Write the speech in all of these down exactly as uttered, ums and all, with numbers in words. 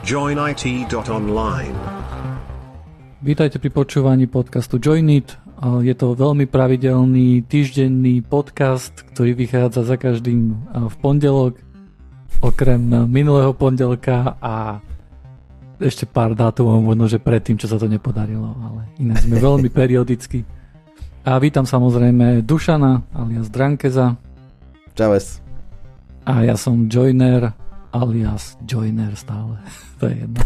join I T dot online. Vítajte pri počúvaní podcastu Join It. Je to veľmi pravidelný týždenný podcast, ktorý vychádza za každým v pondelok, okrem minulého pondelka a ešte pár dátumov, možno že predtým, čo sa to nepodarilo, ale inak sme veľmi periodicky. A vítam samozrejme Dušana alias Drankeza. Čaves. A ja som Joiner alias Joiner stále. To je jedno.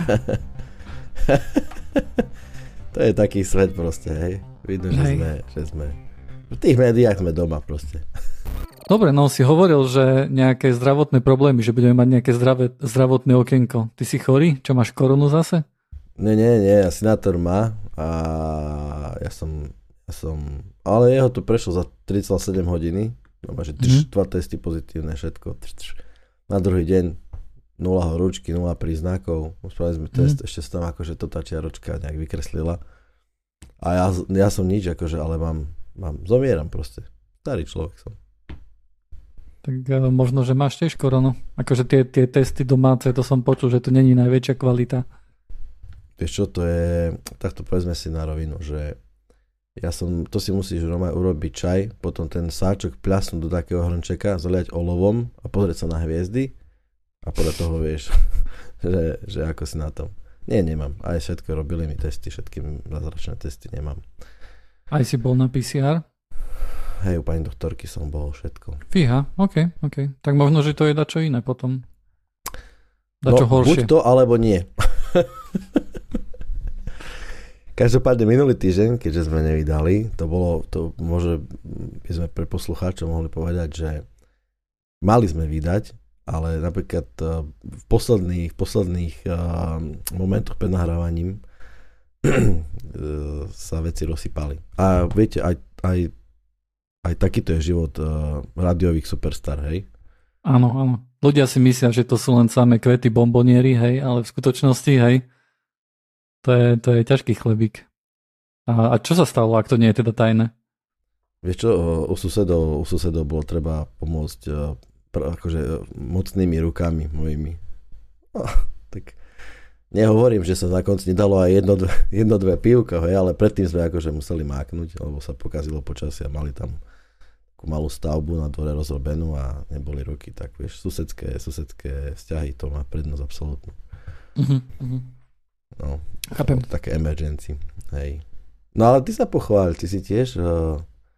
To je taký svet proste, hej. Vidno, že sme, že sme v tých médiách sme doma proste. Dobre, no si hovoril, že nejaké zdravotné problémy, že budeme mať nejaké zdravé, zdravotné okienko. Ty si chorý? Čo, máš koronu zase? Nie, nie, nie, asinátor má a ja som, ja som, ale jeho to prešlo za tri celé sedem hodiny. No, že trš, mm. dva testy pozitívne, všetko. Trš, trš. Na druhý deň nula horúčky, nula príznakov. Spravili sme test, mm. ešte sa tam akože to tá čiaročka nejak vykreslila. A ja, ja som nič, akože, ale mám, mám, zomieram proste. Starý človek som. Tak uh, možno, že máš tiež koronu. Akože tie, tie testy domáce, to som počul, že to není najväčšia kvalita. Vieš čo, to je, takto povedzme si na rovinu, že ja som, to si musíš normálne urobiť čaj, potom ten sáčok pľasnúť do takého hrnčeka, zaliať olovom a pozrieť sa na hviezdy a podľa toho vieš, že, že ako si na tom. Nie, nemám. Aj všetko robili mi testy, všetky zázračné testy nemám. Aj si bol na pé cé er? Hej, u pani doktorky som bol všetko. Fíha, ok, ok. Tak možno, že to je dačo iné potom. Dačo no, horšie. Buď to, alebo nie. Každopádne minulý týždeň, keďže sme nevydali, to bolo, to môže, by sme pre poslucháčov mohli povedať, že mali sme vydať, ale napríklad uh, v posledných, v posledných uh, momentoch pred nahrávaním uh, sa veci rozsypali. A viete, aj, aj, aj takýto je život uh, rádiových superstar, hej? Áno, áno. Ľudia si myslia, že to sú len samé kvety bombonieri, hej, ale v skutočnosti, hej, To je, to je ťažký chlebík. A, a čo sa stalo, ak to nie je teda tajné? Vieš čo, u susedov, u susedov bolo treba pomôcť pr- akože mocnými rukami mojimi. No, tak nehovorím, že sa na konci nedalo aj jedno, dve, jedno, dve pivka, hej, ale predtým sme akože museli máknuť, lebo sa pokazilo počasie a mali tam takú malú stavbu na dvore rozrobenú a neboli ruky, tak vieš, susedské, susedské vzťahy, to má prednosť absolútnu. Uh-huh, uh-huh. No, chápem. Také emergency, hej. No ale ty sa pochváľ, ty si tiež uh,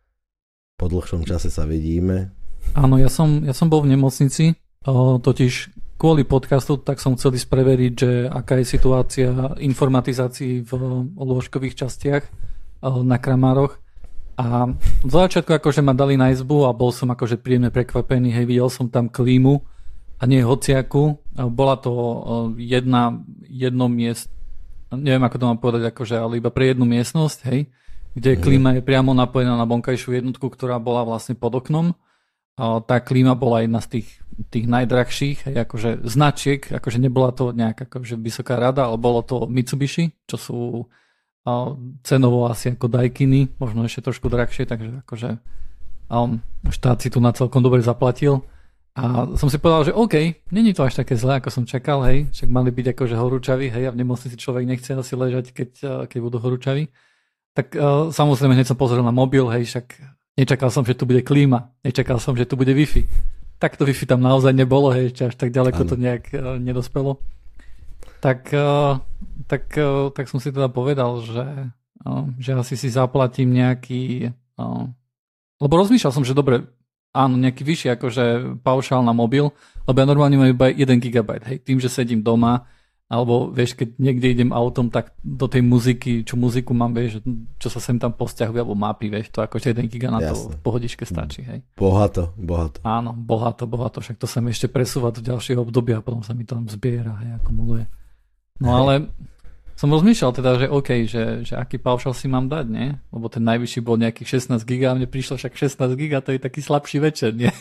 po dlhšom čase sa vidíme. Áno, ja som, ja som bol v nemocnici, uh, totiž kvôli podcastu, tak som chcel ísť preveriť, že aká je situácia informatizácií v lôžkových častiach uh, na Kramároch. A v začiatku akože ma dali na izbu a bol som akože príjemne prekvapený, hej, videl som tam klímu a nie hociaku. Bola to uh, jedna, jedno miest, neviem ako to mám povedať, akože, ale iba pre jednu miestnosť, hej, kde klíma je priamo napojená na vonkajšiu jednotku, ktorá bola vlastne pod oknom. A tá klíma bola jedna z tých, tých najdrahších, hej, akože značiek, akože nebola to nejaká akože vysoká rada, ale bolo to Mitsubishi, čo sú a, cenovo asi ako Daikiny, možno ešte trošku drahšie, takže akože um, štát si tu na celkom dobre zaplatil. A som si povedal, že OK, není to až také zlé, ako som čakal, hej, však mali byť akože horúčaví, hej, a v nemocnici človek nechce asi ležať, keď, keď budú horúčaví. Tak uh, samozrejme hneď som pozrel na mobil, hej, však nečakal som, že tu bude klíma, nečakal som, že tu bude Wi-Fi. Tak to Wi-Fi tam naozaj nebolo, hej, ešte až tak ďaleko ano. To nejak uh, nedospelo. Tak, uh, tak, uh, tak som si teda povedal, že, uh, že asi si zaplatím nejaký... Uh, lebo rozmýšľal som, že dobre, áno, nejaký vyšší akože paušál na mobil, lebo ja normálne mám iba jeden gigabajt, hej, tým, že sedím doma, alebo vieš, keď niekde idem autom, tak do tej muziky, čo muziku mám, vieš, čo sa sem tam posťahuje, alebo mapy, vieš, to akože jeden giga na to v pohodičke stačí, hej. Bohato, bohato. Áno, bohato, bohato, však to sa mi ešte presúva do ďalšieho obdobia a potom sa mi to tam zbiera, hej, akumuluje. No ale som rozmýšľal teda, že OK, že, že aký paušal si mám dať, nie? Lebo ten najvyšší bol nejakých šestnásť giga a mne prišlo však šestnásť giga, to je taký slabší večer, nie?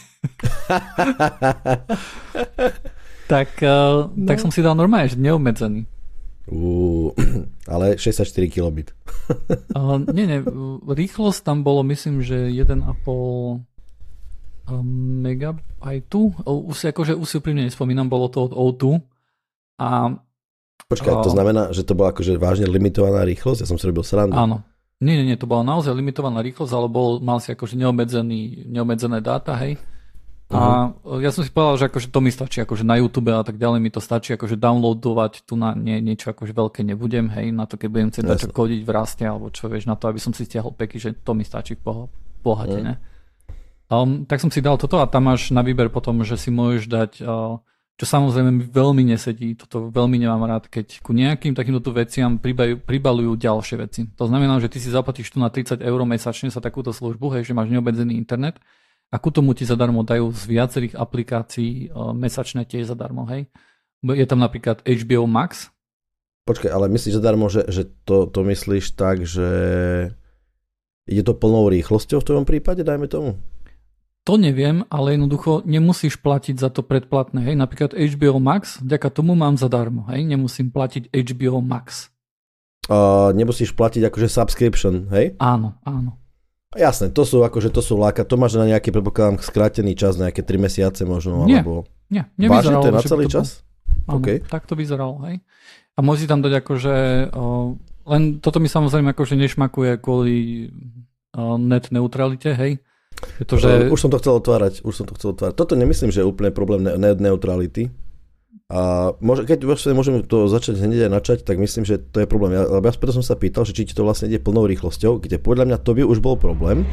tak, uh, no. tak som si dal normálne, že neobmedzený. Uh, ale šesťdesiatštyri kilobit. uh, nie, nie, rýchlosť tam bolo, myslím, že jeden a pol megabajtu. Už si akože už si úprimne nespomínam, bolo to od ó dva. A, Počkaj, to znamená, že to bola akože vážne limitovaná rýchlosť? Ja som si robil srandu. Áno. Nie, nie, nie, to bola naozaj limitovaná rýchlosť, ale bol, mal si akože neobmedzený, neobmedzené dáta, hej. A uh-huh. ja som si povedal, že akože to mi stačí, akože na YouTube a tak ďalej mi to stačí, akože downloadovať tu na nie, niečo akože veľké nebudem, hej, na to, keď budem chcieť dačo kodiť v Raste, alebo čo vieš, na to, aby som si stiahol peky, že to mi stačí v pohľade, uh-huh. ne. Um, tak som si dal toto a tam máš na výber potom, že si môžeš dať... Uh, čo samozrejme mi veľmi nesedí, toto veľmi nemám rád, keď ku nejakým takýmto veciam pribajú, pribalujú ďalšie veci. To znamená, že ty si zaplatíš tu na tridsať eur mesačne za takúto službu, hej, že máš neobmedzený internet a ku tomu ti zadarmo dajú z viacerých aplikácií uh, mesačné tiež zadarmo, hej. Je tam napríklad há bé ó Max. Počkaj, ale myslíš zadarmo, že, že to, to myslíš tak, že ide to plnou rýchlosťou v tvojom prípade, dajme tomu? To neviem, ale jednoducho nemusíš platiť za to predplatné. Hej. Napríklad há bé ó Max, vďaka tomu mám zadarmo. Hej. Nemusím platiť há bé ó Max. Uh, nemusíš platiť akože subscription, hej? Áno, áno. Jasné, to sú akože to sú láka. To máš na nejaký, predpokladám, skrátený čas, nejaké tri mesiace možno, nie, alebo... Nie, nevyzeralo. Vážne, to je na celý to čas? Áno, okay. Tak to vyzeralo, hej. A môžeš tam dať akože... O, len toto mi samozrejme akože nešmakuje kvôli o, net neutralite, hej. Pretože... Už som to chcel otvárať, už som to chcel otvárať. Toto nemyslím, že je úplne problém net neutrality. A môže, keď môžeme to začať hneď aj načať, tak myslím, že to je problém. Ja, ja preto som sa pýtal, že či ti to vlastne ide plnou rýchlosťou, kde podľa mňa to by už bol problém.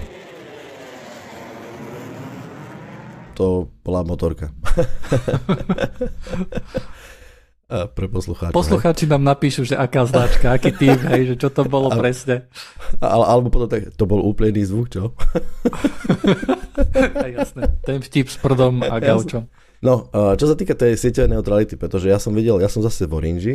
To bola motorka. A pre poslucháčov. Poslucháči nám napíšu, že aká značka, aký typ, hej, že čo to bolo a, presne. Ale, alebo potom tak, to bol úplne iný zvuk, čo? A jasné, ten vtip s prdom a gaučom. No, čo sa týka tej sieťovej neutrality, pretože ja som videl, ja som zase v Orange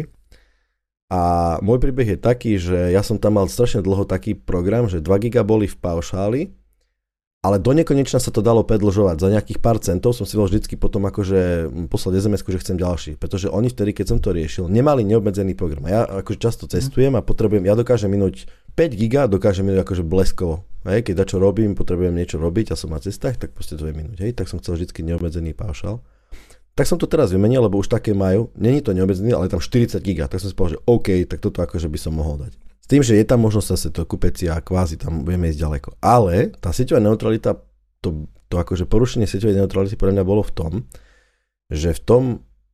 a môj príbeh je taký, že ja som tam mal strašne dlho taký program, že dva giga boli v paušáli, ale do nekonečna sa to dalo predĺžovať. Za nejakých pár centov som si bol vždycky potom akože poslať es em esku, že chcem ďalší. Pretože oni vtedy, keď som to riešil, nemali neobmedzený program. A ja akože často cestujem a potrebujem, ja dokážem minúť päť giga, dokážem minúť akože bleskovo. Hej, keď dačo robím, potrebujem niečo robiť a som na cestách, tak proste dve minúty. Hej, tak som chcel vždycky neobmedzený paušál. Tak som to teraz vymenil, lebo už také majú. Není to neobmedzený, ale tam štyridsať giga. Tak som si povedal, že OK, tak toto akože by som mohol dať. S tým, že je tam možnosť zase to kúpec a kvázi tam budeme ísť ďaleko. Ale tá sieťová neutralita, to, to akože porušenie sieťovej neutrality podľa mňa bolo v tom, že v tom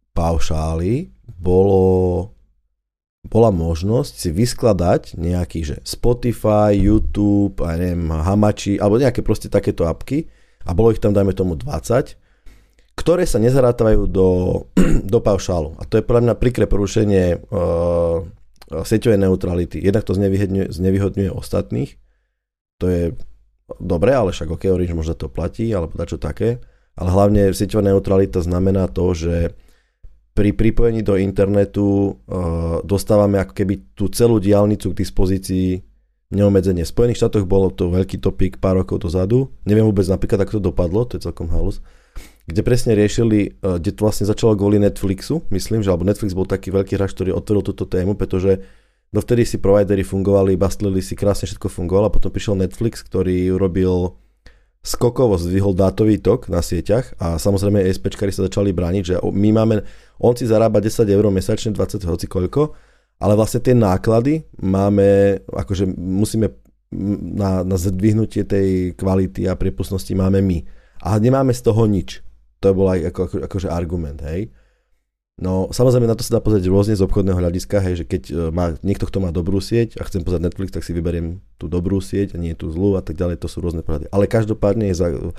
paušáli bolo, bola možnosť si vyskladať nejaký, že Spotify, YouTube, a neviem, Hamachi, alebo nejaké proste takéto apky a bolo ich tam, dajme tomu, dvadsať, ktoré sa nezarátajú do, do paušálu. A to je podľa mňa príkre porušenie uh, sieťovej neutrality. Jednak to znevýhodňuje, znevýhodňuje ostatných. To je dobre, ale však ok, Orange možno to platí, alebo dačo také. Ale hlavne sieťová neutralita znamená to, že pri pripojení do internetu uh, dostávame ako keby tú celú diaľnicu k dispozícii neobmedzenie. V Spojených štátoch bolo to veľký topik pár rokov dozadu. Neviem vôbec napríklad, ako to dopadlo, to je celkom halus. Kde presne riešili, kde to vlastne začalo kvôli Netflixu, myslím, že alebo Netflix bol taký veľký hráč, ktorý otvoril túto tému, pretože dovtedy si providery fungovali, bastlili si, krásne všetko fungovalo a potom prišiel Netflix, ktorý urobil skokovo, zdvihol dátový tok na sieťach a samozrejme ESPčkári sa začali brániť, že my máme, on si zarába desať eur mesačne, dvadsať hoci koľko, ale vlastne tie náklady máme, akože musíme na, na zdvihnutie tej kvality a priepustnosti máme my. A nemáme z toho nič. To bol aj ako, ako, akože argument, hej. No, samozrejme na to sa dá pozrieť rôzne z obchodného hľadiska, hej, že keď má niekto, kto má dobrú sieť a chcem pozrieť Netflix, tak si vyberiem tú dobrú sieť a nie tú zlú a tak ďalej, to sú rôzne pohľady. Ale každopádne je za, uh,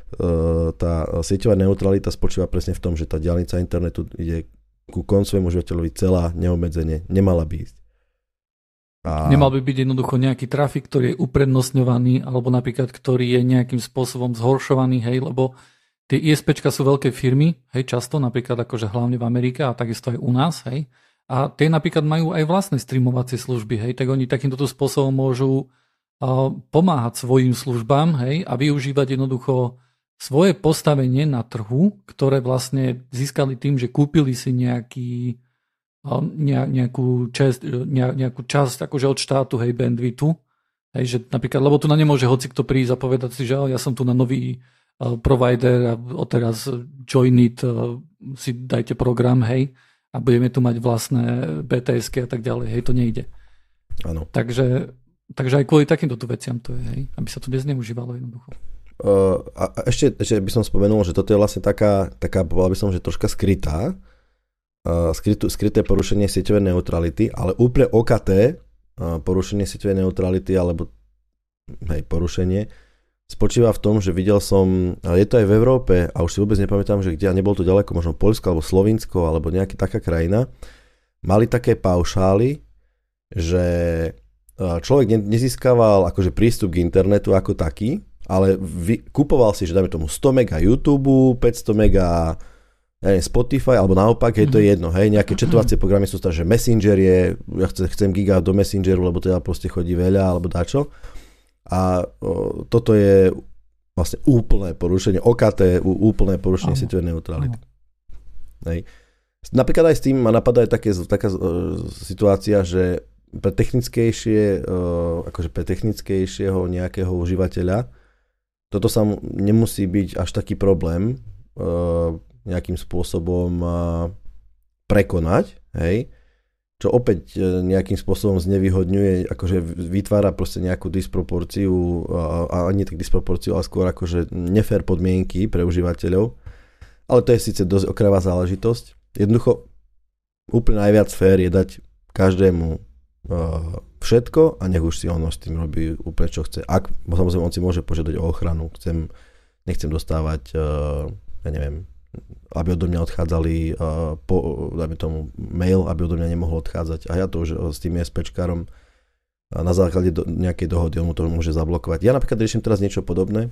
tá sieťová neutralita spočíva presne v tom, že tá diaľnica internetu ide ku koncovému užívateľovi celá neobmedzenie, nemala by ísť. A... Nemal by byť jednoducho nejaký trafik, ktorý je uprednostňovaný, alebo napríklad, ktorý je nejakým spôsobom zhoršovaný, hej, lebo tie ISPčka sú veľké firmy, hej, často, napríklad akože hlavne v Amerike a takisto aj u nás, hej, a tie napríklad majú aj vlastné streamovacie služby, hej, tak oni takýmto spôsobom môžu uh, pomáhať svojim službám, hej, a využívať jednoducho svoje postavenie na trhu, ktoré vlastne získali tým, že kúpili si nejaký nejakú časť, nejakú časť akože od štátu, hej, bandwidthu, hej, že napríklad, lebo tu na nemôže hoci kto prísť a povedať si, že ja som tu na nový uh, provider a odteraz join it, uh, si dajte program, hej, a budeme tu mať vlastné bé té esky a tak ďalej. Hej, to nejde. Áno. Takže, takže aj kvôli takýmto tu veciam to je, hej, aby sa to nezneužívalo jednoducho. Uh, a ešte, ešte by som spomenul, že toto je vlastne taká, taká povedal by som, že troška skrytá, uh, skrytú, skryté porušenie sieťovej neutrality, ale úplne ó ká té, uh, porušenie sieťovej neutrality, alebo hej, porušenie, spočíva v tom, že videl som, ale je to aj v Európe, a už si vôbec nepamätám, že kde, a nebol to ďaleko, možno Poľsko, alebo Slovinsko, alebo nejaká taká krajina, mali také paušály, že človek nezískaval akože prístup k internetu ako taký, ale vy, kupoval si, že dáme tomu sto mega YouTube, päťsto mega ja neviem, Spotify, alebo naopak, hej, to je jedno, hej, nejaké četovacie programy sú tam, že Messenger je, ja chcem, chcem giga do Messengeru, lebo teda proste chodí veľa, alebo dačo. A o, toto je vlastne úplné porušenie, ó ká té, úplné porušenie sieťovej neutrality. Hej. Napríklad aj s tým ma napadá aj také, taká uh, situácia, že pre technickejšie, uh, akože pre technickejšieho nejakého užívateľa toto sa nemusí byť až taký problém uh, nejakým spôsobom uh, prekonať, hej, čo opäť nejakým spôsobom znevýhodňuje, akože vytvára proste nejakú disproporciu, a, a nie tak disproporciu, ale skôr akože nefér podmienky pre užívateľov. Ale to je síce dosť okrajová záležitosť. Jednoducho úplne najviac fér je dať každému uh, všetko a nech už si ono s tým robí úplne čo chce. Ak, samozrejme on si môže požiadať o ochranu, chcem, nechcem dostávať, uh, ja neviem, aby odo mňa odchádzali uh, po, dajme tomu mail, aby odo mňa nemohol odchádzať. A ja to už s tým ESPčkárom na základe do, nejakej dohody on mu to môže zablokovať. Ja napríklad riešim teraz niečo podobné.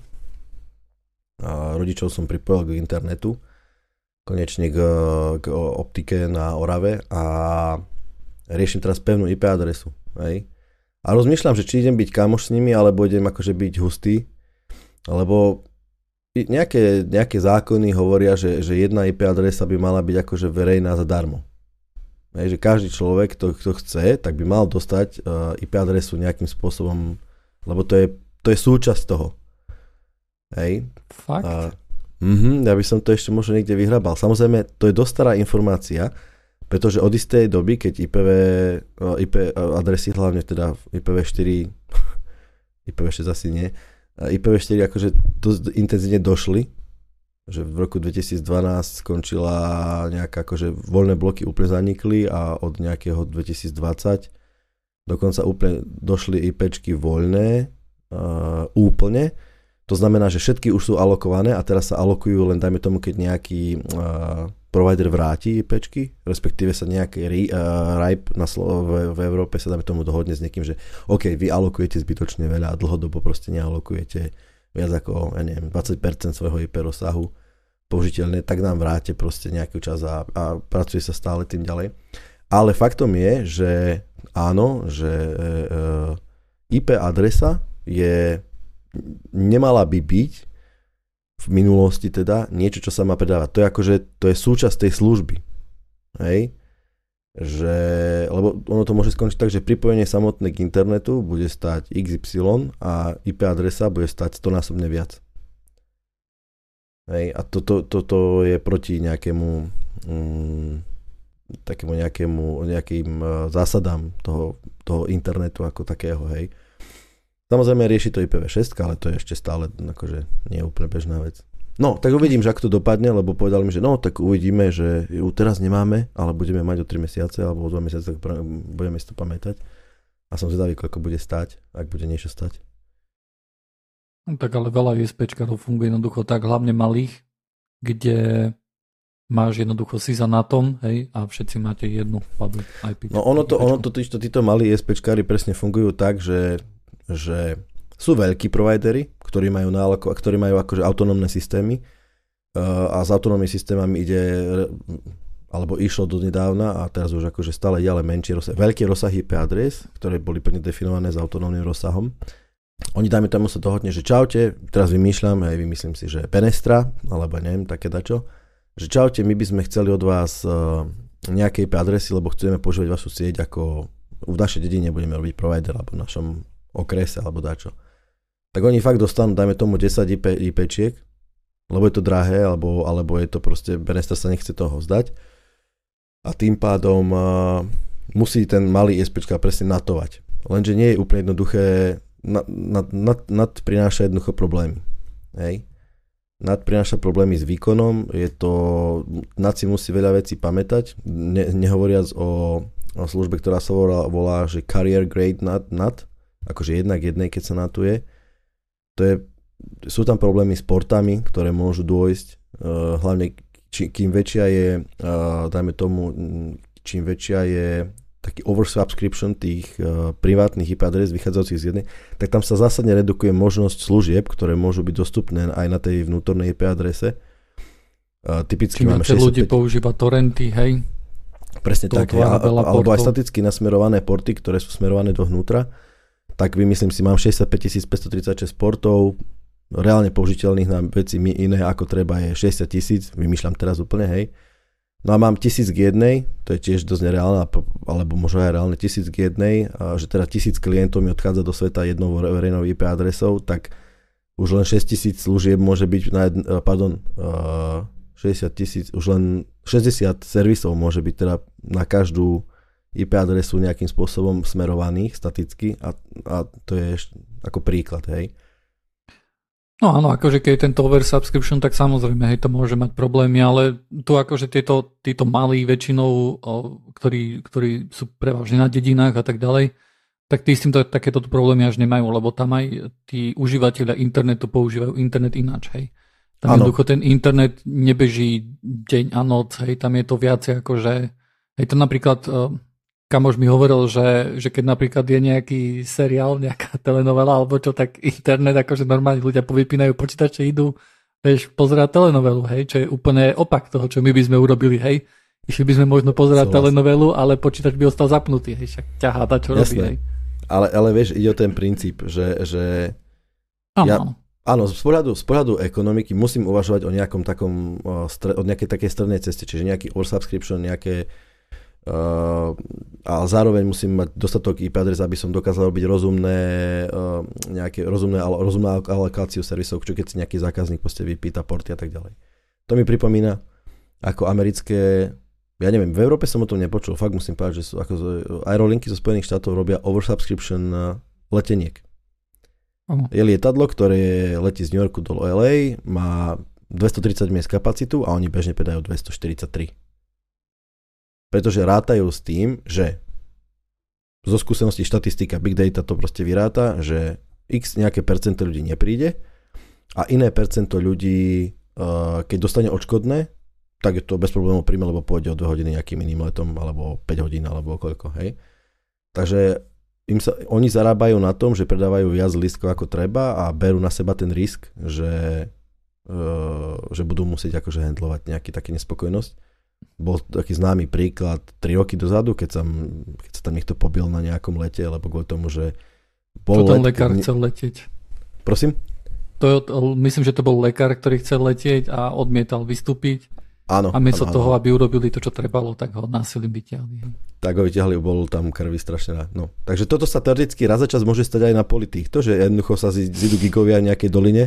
A rodičov som pripojil k internetu, konečne k, k optike na Orave a riešim teraz pevnú í pé adresu. Hej. A rozmýšľam, že či idem byť kamoš s nimi, alebo idem akože byť hustý, lebo Nejaké, nejaké zákony hovoria, že, že jedna í pé adresa by mala byť akože verejná zadarmo. Hej, že každý človek, kto, kto chce, tak by mal dostať uh, í pé adresu nejakým spôsobom, lebo to je, to je súčasť toho. Hej. Fakt? A, uh, ja by som to ešte možno niekde vyhrabal. Samozrejme, to je dosť stará informácia, pretože od istej doby, keď í pé vé, uh, í pé adresy, hlavne teda í pé vé štyri, í pé vé šesť asi nie, í pé vé štyri akože dosť intenzívne došli, že v roku dvetisícdvanásť skončila nejaká, akože voľné bloky úplne zanikli a od nejakého dvetisícdvadsať dokonca úplne došli IPčky voľné uh, úplne. To znamená, že všetky už sú alokované a teraz sa alokujú len dajme tomu, keď nejaký uh, provider vráti IPčky, respektíve sa nejaký uh, R I P na Slo- v, v Európe sa dáme tomu dohodne s niekým, že OK, vy alokujete zbytočne veľa a dlhodobo proste nealokujete viac ako, ja neviem, dvadsať percent svojho í pé rozsahu použiteľné, tak nám vráte proste nejakú čas a, a pracuje sa stále tým ďalej. Ale faktom je, že áno, že uh, í pé adresa je, nemala by byť v minulosti teda niečo, čo sa má predávať. To je akože, to je súčasť tej služby. Hej? Že, lebo ono to môže skončiť tak, že pripojenie samotné k internetu bude stať iks ypsilon a í pé adresa bude stať stonásobne viac. Hej? A toto to, to, to je proti nejakému mm, takému nejakému nejakým zásadám toho, toho internetu ako takého, hej. Samozrejme rieši to í pé vé šesť, ale to je ešte stále akože nie je úplne bežná vec. No, tak uvidím, že ako to dopadne, lebo povedal mi, že no, tak uvidíme, že ju teraz nemáme, ale budeme mať o tri mesiace, alebo o dva mesiace, tak budeme si to pamätať. A som zvedavý, koľko bude stáť, ak bude niečo stať. No, tak ale veľa ISPčkarov funguje jednoducho tak, hlavne malých, kde máš jednoducho SISA na tom, hej, a všetci máte jednu padu í pé. No ono to, ono to títo, títo malí ISPčkári presne fungujú tak, že že sú veľkí providery, ktorí majú nálako, ktorí majú akože autonómne systémy a s autonómnymi systémami ide, alebo išlo do nedávna a teraz už akože stále je ale menšie rozsahy, veľké rozsahy í pé adres, ktoré boli pevne definované s autonómnym rozsahom. Oni dajme tomu sa dohodne, že čaute, teraz vymýšľam, aj vymyslím si, že Penestra, alebo neviem, také dačo, že čaute, my by sme chceli od vás nejaké í pé adresy, lebo chceme používať vašu sieť ako v našej dedine budeme robiť provider, alebo v našom okrese, alebo dačo. Tak oni fakt dostanú, dajme tomu desať IPčiek, lebo je to drahé, alebo, alebo je to proste, Benestar sa nechce toho vzdať. a tým pádom uh, musí ten malý ISPčka presne natovať. Lenže nie je úplne jednoduché, nad, nad, nad, nad prináša jednoducho problémy. Hej. Nad prináša problémy s výkonom, je to, nad si musí veľa vecí pamätať, ne, nehovoriac o, o službe, ktorá sa volá, volá že Carrier Grade N A T, N A T, akože jednak jednej, keď sa natuje. To je, sú tam problémy s portami, ktoré môžu dôjsť, uh, hlavne či, kým väčšia je, uh, dajme tomu, čím väčšia je taký oversubscription tých uh, privátnych í pé adres vychádzajúcich z jednej, tak tam sa zásadne redukuje možnosť služieb, ktoré môžu byť dostupné aj na tej vnútornej í pé adrese. Uh, typicky Čím máme šesťdesiatpäť ľudí šesťdesiatpäť používa torrenty, hej? Presne tak, a, alebo aj staticky nasmerované porty, ktoré sú smerované dovnútra, tak vymyslím si, mám šesťdesiatpäť tisíc päťstotridsaťšesť portov, reálne použiteľných na veci iné ako treba je šesťdesiat tisíc, vymýšľam teraz úplne, hej. No a mám tisíc k jednej, to je tiež dosť nereálne, alebo možno aj reálne tisíc k jednej, a že teda tisíc klientov mi odchádza do sveta jednou verejnou í pé adresou, tak už len šesťtisíc služieb môže byť, na jedn, pardon, šesťdesiat tisíc, už len šesťdesiat servisov môže byť teda na každú í pé adresu nejakým spôsobom smerovaných staticky a, a to je ako príklad, hej. No áno, akože keď je tento oversubscription, tak samozrejme, hej, to môže mať problémy, ale tu akože tieto, títo malí väčšinou, ktorí, ktorí sú prevažne na dedinách a tak ďalej, tak tí s týmto takéto problémy až nemajú, lebo tam aj tí užívateľia internetu používajú internet ináč, hej. Tam jednoducho ten internet nebeží deň a noc, hej, tam je to viacej akože, hej, to napríklad kamoš mi hovoril, že, že keď napríklad je nejaký seriál, nejaká telenovela alebo čo, tak internet, akože normálne ľudia povypínajú počítače, idú, vieš, pozerať telenovelu, hej, čo je úplne opak toho, čo my by sme urobili, hej. Išli by sme možno pozerať so, telenovelu, ale počítač by ostal zapnutý, hej, však ťahá tá, čo robí, hej. Ale, ale vieš, ide o ten princíp, že, že áno, ja, áno. áno, z pohľadu, z pohľadu ekonomiky musím uvažovať o nejakom takom, o, stre, o nejakej takej strednej ceste, čiže nejaký oversubscription, nejaké Uh, a zároveň musím mať dostatok í pé adres, aby som dokázal robiť rozumné uh, nejaké rozumné, ale rozumná alokáciu servisov, čo keď si nejaký zákazník proste vypýta porty a tak ďalej. To mi pripomína ako americké, ja neviem, v Európe som o tom nepočul, fakt musím povedať, že sú, ako aerolinky zo Spojených štátov robia oversubscription leteniek. Uh-huh. Je lietadlo, ktoré letí z New Yorku do el ej, má dvestotridsať miest kapacitu a oni bežne predajú dvestoštyridsaťtri. Pretože rátajú s tým, že zo skúsenosti štatistika Big Data to proste vyráta, že x nejaké percento ľudí nepríde a iné percento ľudí, keď dostane odškodné, tak je to bez problémov príjme, lebo pôjde o dve hodiny nejakým iným letom, alebo päť hodín, alebo koľko, hej. Takže im sa, oni zarábajú na tom, že predávajú viac lístkov ako treba a berú na seba ten risk, že, že budú musieť akože handlovať nejaký taký nespokojnosť. Bol taký známy príklad tri roky dozadu, keď, sa, keď sa tam niekto pobil na nejakom lete, lebo kvôli tomu, že bol Čo ten let, lekár keď... chcel letieť? Prosím? To, myslím, že to bol lekár, ktorý chcel letieť a odmietal vystúpiť. Áno. A miesto áno, toho, áno. aby urobili to, čo trebalo, tak ho násilím vyťahli. Tak ho vyťahli, bol tam krvi strašne. No. Takže toto sa teoreticky raz za čas môže stať aj na politik. To, že jednoducho sa zidú gigovia v nejakej doline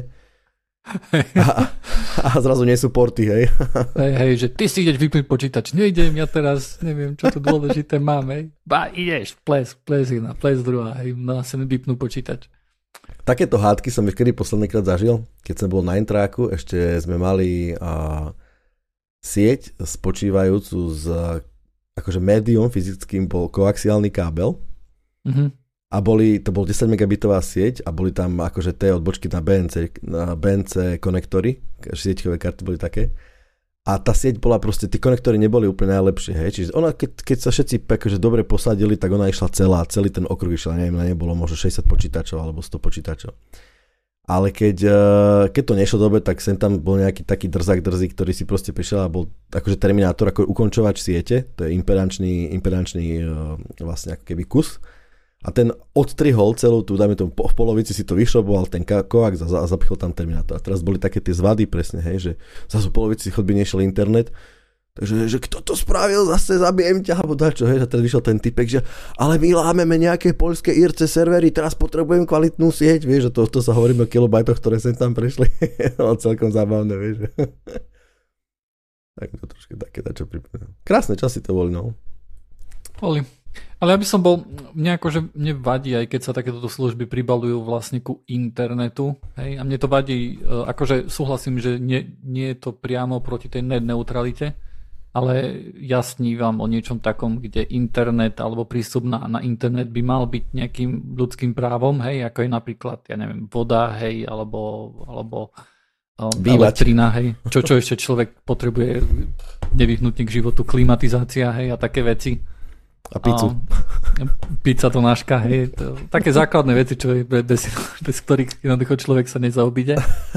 a, a zrazu nie sú porty, hej. Hej, hej, že ty si ideš vypnúť počítač. Nejdem, ja teraz neviem, čo tu dôležité mám, hej. Ba, ideš, ples, ples jedna, ples druhá, hej, no a sem vypnú počítač. Takéto hádky som kedy poslednýkrát zažil, keď som bol na Intráku, ešte sme mali a, sieť spočívajúcu z akože médium fyzickým bol koaxiálny kábel. Mhm. A boli, to bol desať megabitová sieť a boli tam akože tie odbočky na bé en cé, na bé en cé konektory, sieťkové karty boli také. A tá sieť bola proste, tí konektory neboli úplne najlepšie, hej. Čiže ona, keď, keď sa všetci akože dobre posadili, tak ona išla celá, celý ten okruh išla, neviem, na nej bolo možno šesťdesiat počítačov alebo sto počítačov. Ale keď, keď to nešlo dobre, tak sem tam bol nejaký taký drzak drzí, ktorý si proste prišiel a bol akože terminátor, ako ukončovač siete, to je impedančný, impedančný vlastne ako keby kus. A ten odstrihol celú tú, dajme tomu, v polovici si to vyšroboval ten koax a zapichol tam terminátor. A teraz boli také tie zvady presne, hej, že zase v polovici chodby nešiel internet. Takže, že kto to spravil, zase zabijem ťa, alebo dačo, hej, a teraz vyšiel ten typek, že ale my lámeme nejaké poľské í er cé servery, teraz potrebujem kvalitnú sieť, vieš, že to, to sa hovoríme o kilobajtoch, ktoré sem tam prešli. No, celkom zábavné, vieš. Tak to troška také dačo pripomínam. Krásne časy to boli, no. Boli. Ale ja by som bol, nejako, že mne vadí, aj keď sa takéto služby pribalujú vlastne ku internetu. Hej? A mne to vadí, akože súhlasím, že nie, nie je to priamo proti tej net neutralite, ale ja snívam o niečom takom, kde internet alebo prístup na, na internet by mal byť nejakým ľudským právom, hej, ako je napríklad, ja neviem, voda, hej, alebo, alebo um, elektrina, hej, čo, čo ešte človek potrebuje nevyhnutne k životu, klimatizácia, hej, a také veci. A pizzu. Um, pizza to náška, hej, to, také základné veci, čo je bez, bez ktorých jednoducho človek sa nezaobíde.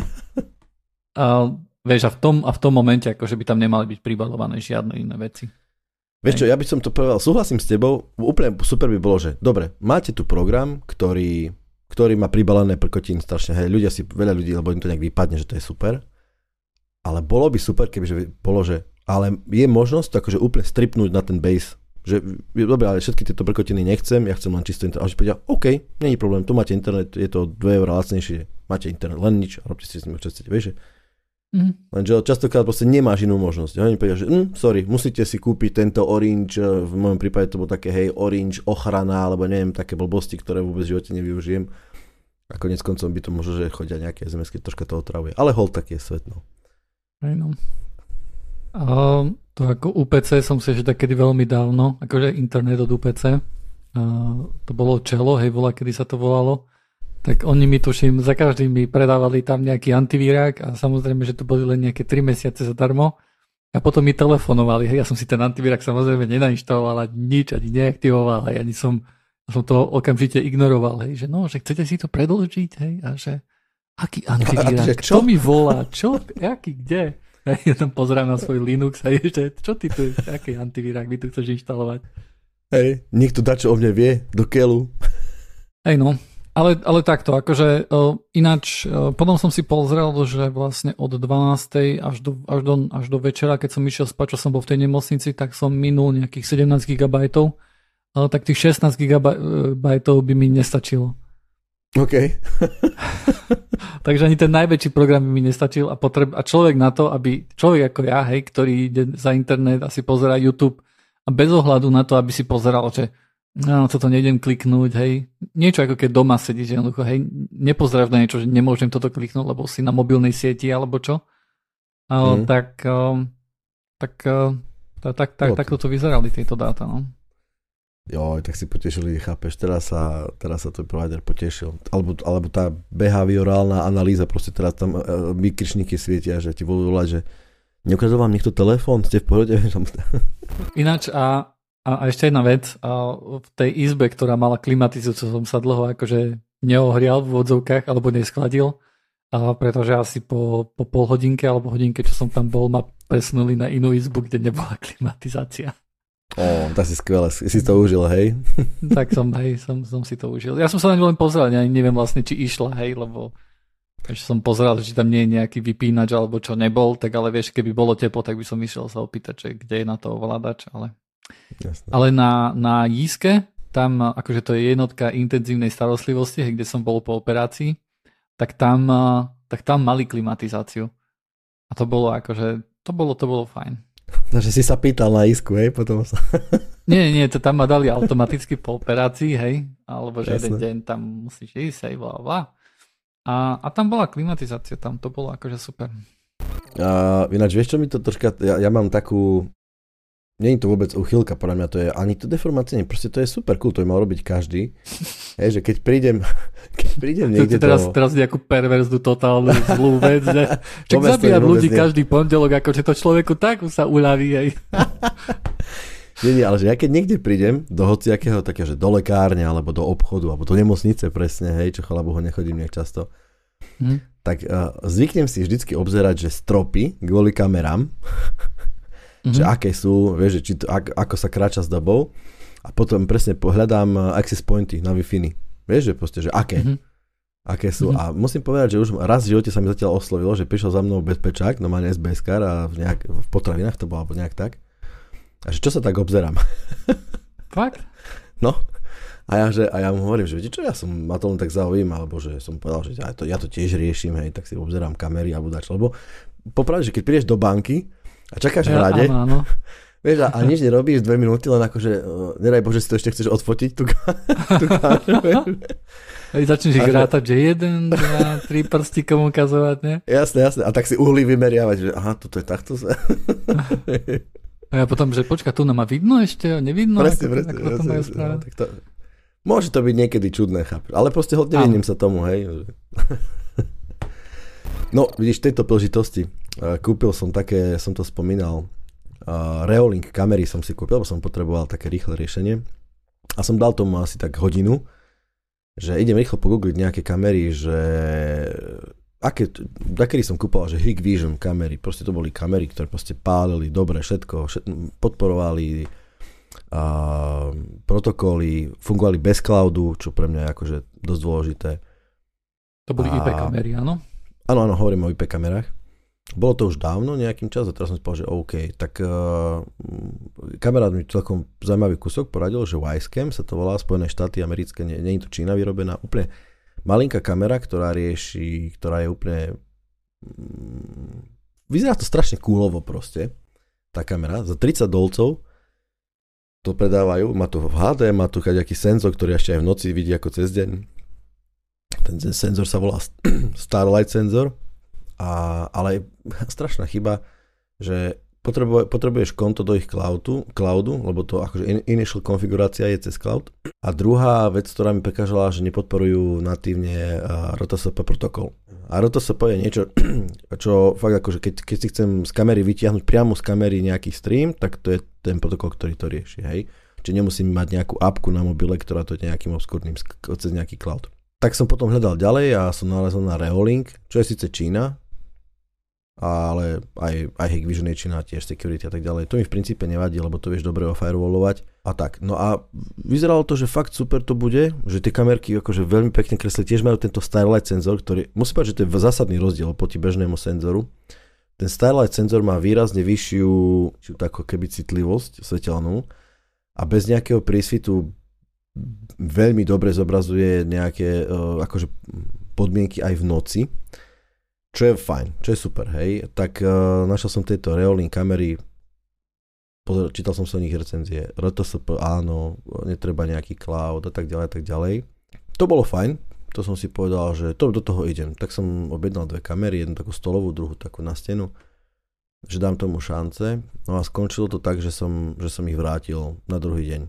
A vieš, a v tom, a v tom momente, akože by tam nemali byť pribalované žiadne iné veci. Vieš čo, ja by som to povedal, súhlasím s tebou, úplne super by bolo, že dobre, máte tu program, ktorý, ktorý má pribalené prkotín strašne, hej, ľudia si, veľa ľudí, lebo im to nejak vypadne, že to je super, ale bolo by super, kebyže bolo, že, ale je možnosť to akože úplne stripnúť na ten base, že dobre, ale všetky tieto prkotiny nechcem, ja chcem len čisto internet, a že povedia, OK, není problém, tu máte internet, je to dva eurá lacnejšie, máte internet, len nič, a robte si s ním, čo chcete, vieš, Mm. Lenže častokrát proste nemáš inú možnosť. Oni povedia, že mm, sorry, musíte si kúpiť tento Orange, v mojom prípade to bolo také, hej, Orange ochrana, alebo neviem, také blbosti, ktoré vôbec v živote nevyužijem. A konec koncom by to možno, že chodia nejaké es em esky, troška to otravuje. Ale hold, taký je svet, no. No. A to ako ú pé cé som si ešte takedy veľmi dávno, akože internet od ú pé cé, a to bolo Čelo, hej, volá, kedy sa to volalo. Tak oni mi tuším, za každým mi predávali tam nejaký antivírák a samozrejme, že to boli len nejaké tri mesiace zadarmo a potom mi telefonovali, hej, ja som si ten antivírák samozrejme nenainštaloval, nič ani neaktivoval, hej, ani som, som to okamžite ignoroval, hej, že no, že chcete si to predĺžiť, hej, a že aký antivírák, kto mi volá, čo, aký, kde, hej, ja tam pozerám na svoj Linux, hej, že čo ty tu, aký antivírák mi tu chceš inštalovať. Hej, niekto dačo o mne vie, do keľu. Hej, no. Ale, ale takto, akože uh, ináč, uh, potom som si pozrel, že vlastne od dvanástej až do, až, do, až do večera, keď som išiel spať, čo som bol v tej nemocnici, tak som minul nejakých sedemnásť gigabajtov, ale tak tých šestnásť gigabajtov by mi nestačilo. OK. Takže ani ten najväčší program by mi nestačil a, potreb, a človek na to, aby človek ako ja, hej, ktorý ide za internet a si pozerá YouTube a bez ohľadu na to, aby si pozeral, že no, toto nejdem kliknúť, hej. Niečo ako keď doma sedíš, jednoducho, hej, nepozráš na niečo, že nemôžem toto kliknúť, lebo si na mobilnej sieti, alebo čo. Mm. Tak, tak, tak, tak, tak, tak toto vyzerali tieto dáta, no. Jo, tak si potešili, chápeš, teraz sa, teraz sa tvoj provider potešil. Alebo, alebo tá behaviorálna analýza, proste teraz tam vykričníky svietia, že ti budú volať, že neukázal vám niekto telefón, ste v pohode? Ináč a A ešte jedna vec, v tej izbe, ktorá mala klimatizáciu, som sa dlho akože neohrial v odzovkách alebo neschladil, pretože asi po, po pol hodinke alebo hodinke, čo som tam bol, ma presunuli na inú izbu, kde nebola klimatizácia. Ó, tak si skvelé, si to užil, hej? Tak som, hej, som, som si to užil. Ja som sa na ňu len pozrel, ja neviem vlastne, či išla, hej, lebo ešte som pozeral, či tam nie je nejaký vypínač alebo čo nebol, tak ale vieš, keby bolo teplo, tak by som išiel sa opýtať, že kde je na to ovládač, ale... Jasne. Ale na, na Jíske, tam akože to je jednotka intenzívnej starostlivosti, kde som bol po operácii, tak tam, tak tam mali klimatizáciu. A to bolo akože, to bolo, to bolo fajn. Takže si sa pýtal na Jísku, hej? Potom sa... Nie, nie, to tam ma dali automaticky po operácii, hej? Alebo že Jasne. jeden deň tam musíš ísť, hej, blá, blá. A, a tam bola klimatizácia, tam to bolo akože super. A, ináč, vieš čo mi to troška, ja, ja mám takú... Nie je to vôbec uchylka, podľa mňa to je ani to deformácie, proste to je super cool, to je mal robiť každý. Je, že keď prídem, keď prídem niekde teraz, do... teraz nejakú perverznú, totálnu zlú vec, že čak zabíjať ľudí nie. Každý pondelok, akože to človeku tak sa uľaví. Hej. Nie, nie, ale že ja keď niekde prídem do hociakého takého, že do lekárne, alebo do obchodu, alebo do nemocnice presne, hej, čo chvala Bohu nechodím nejak často, hm. tak uh, zvyknem si vždycky obzerať, že stropy kvôli kamerám, že mm-hmm. aké sú, vieš, či to, ako, ako sa kráča s dobou a potom presne pohľadám access pointy na Wi-Fi. Vieš, že proste, že aké, mm-hmm. aké sú. Mm-hmm. A musím povedať, že už raz v živote sa mi zatiaľ oslovilo, že prišiel za mnou bezpečák, normálne es bé es-kar a v, nejak, v potravinách to bolo, alebo nejak tak. A že čo sa tak obzerám? Fakt? No. A ja, že, a ja mu hovorím, že viete čo, ja som ma to len tak zaujímal, alebo že som povedal, že ja to, ja to tiež riešim, hej, tak si obzerám kamery alebo dač, lebo popravde, že keď prídeš do banky, A čakáš v Ja, rade. áno, áno. Vieš, a, a nič nerobíš dve minúty, len akože, uh, nedaj Bože, si to ešte chceš odfotiť, tú, tú kameru. Hej, začneš ich rátať, že jeden, dva, tri prsty komu ukazovať, ne? Jasné, jasné. A tak si uhly vymeriavať, že aha, toto je takto. A ja potom, že počka, tu nám má vidno ešte, nevidno? Presne, ako, presne. ako to majú správať? No, tak to, môže to byť niekedy čudné, chápeš. Ale proste hodne vyním sa tomu, hej. No, vidíš, v tejto príležitosti uh, kúpil som také, som to spomínal, uh, Reolink kamery som si kúpil, lebo som potreboval také rýchle riešenie. A som dal tomu asi tak hodinu, že idem rýchlo pogoogliť nejaké kamery, že aké, takedy som kúpoval, že Hikvision kamery, proste to boli kamery, ktoré proste pálili dobre všetko, všetko podporovali uh, protokoly, fungovali bez cloudu, čo pre mňa je akože dosť dôležité. To boli a... í pé kamery, áno? Áno, áno, hovorím o í pé kamerách. Bolo to už dávno, nejakým čas, a teraz som si povedal, že OK, tak uh, kamarát mi celkom zaujímavý kúsok poradil, že Wisecam sa to volá, Spojené štáty americké, nie, nie je to Čína vyrobená, úplne malinká kamera, ktorá rieši, ktorá je úplne, mm, vyzerá to strašne coolovo proste, tá kamera, za tridsať dolcov to predávajú, má tu há dé, má tu nejaký senzor, ktorý ešte aj v noci vidí ako cez deň. Ten senzor sa volá Starlight senzor, a, ale je strašná chyba, že potrebuje, potrebuješ konto do ich cloudu, cloudu, lebo to akože in, initial konfigurácia je cez cloud. A druhá vec, ktorá mi prekážala, že nepodporujú natívne uh, er té es pé protokol. A er té es pé je niečo, čo fakt akože keď, keď si chcem z kamery vytiahnuť priamo z kamery nejaký stream, tak to je ten protokol, ktorý to rieši, hej. Čiže nemusím mať nejakú apku na mobile, ktorá to je nejakým obskúrnym cez nejaký cloud. Tak som potom hľadal ďalej a som nalezol na Reolink, čo je síce Čína, ale aj, aj Hikvision je Čína, tiež security a tak ďalej. To mi v princípe nevadí, lebo to vieš dobre ofirewallovať a tak. No a vyzeralo to, že fakt super to bude, že tie kamerky akože veľmi pekne kresli, tiež majú tento Starlight senzor, ktorý, musím povedať, že to je zásadný rozdiel oproti bežnému senzoru. Ten Starlight senzor má výrazne vyššiu, či tako keby citlivosť svetelnú a bez nejakého prísvitu veľmi dobre zobrazuje nejaké uh, akože podmienky aj v noci, čo je fajn, čo je super, hej. Tak uh, našiel som tieto Reolink kamery, pozor, čítal som sa o nich recenzie, er té es pé áno, netreba nejaký cloud a tak ďalej, a tak ďalej. To bolo fajn, to som si povedal, že to, do toho idem. Tak som objednal dve kamery, jednu takú stolovú, druhú takú na stenu, že dám tomu šance. No a skončilo to tak, že som, že som ich vrátil na druhý deň.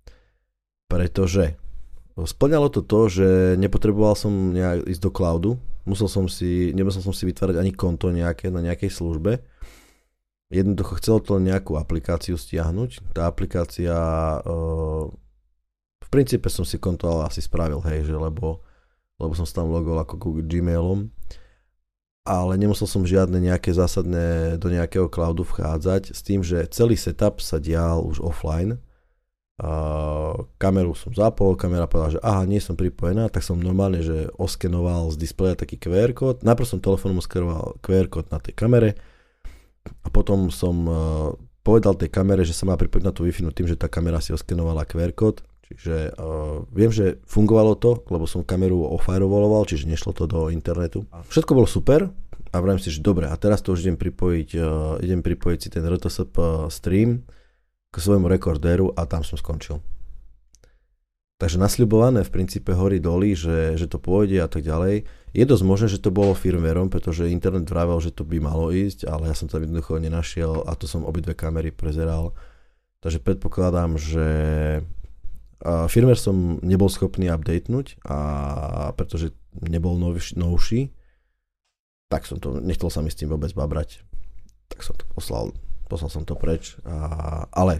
Pretože spĺňalo to to, že nepotreboval som nejak ísť do cloudu, musel som si, nemusel som si vytvárať ani konto nejaké na nejakej službe. Jednoducho chcelo to nejakú aplikáciu stiahnuť. Tá aplikácia, uh, v princípe som si konto ale asi spravil, hej, že lebo, lebo som sa tam logol ako Google Gmailom, ale nemusel som žiadne nejaké zásadné do nejakého cloudu vchádzať s tým, že celý setup sa dial už offline. Uh, kameru som zapol, kamera povedala, že aha, nie som pripojená, tak som normálne, že oskenoval z displeja taký kú ér kód, najprv som telefónom oskenoval kú ér kód na tej kamere a potom som uh, povedal tej kamere, že sa má pripojiť na tú Wi-Fi tým, že tá kamera si oskenovala kú ér kód, čiže uh, viem, že fungovalo to, lebo som kameru ofirewalloval, čiže nešlo to do internetu. Všetko bolo super a vravím si, že dobre, a teraz to už idem pripojiť, uh, idem pripojiť si ten er té es pé stream k svojmu rekordéru a tam som skončil. Takže nasľubované v princípe hory doly, že, že to pôjde a tak ďalej. Je dosť možné, že to bolo firmwareom, pretože internet vravel, že to by malo ísť, ale ja som tam jednoducho nenašiel a to som obidve kamery prezeral. Takže predpokladám, že firmware som nebol schopný updatenúť, a pretože nebol novší, novší, tak som to, nechcel sa mi s tým vôbec babrať. Tak som to poslal Poslal som to preč, a, ale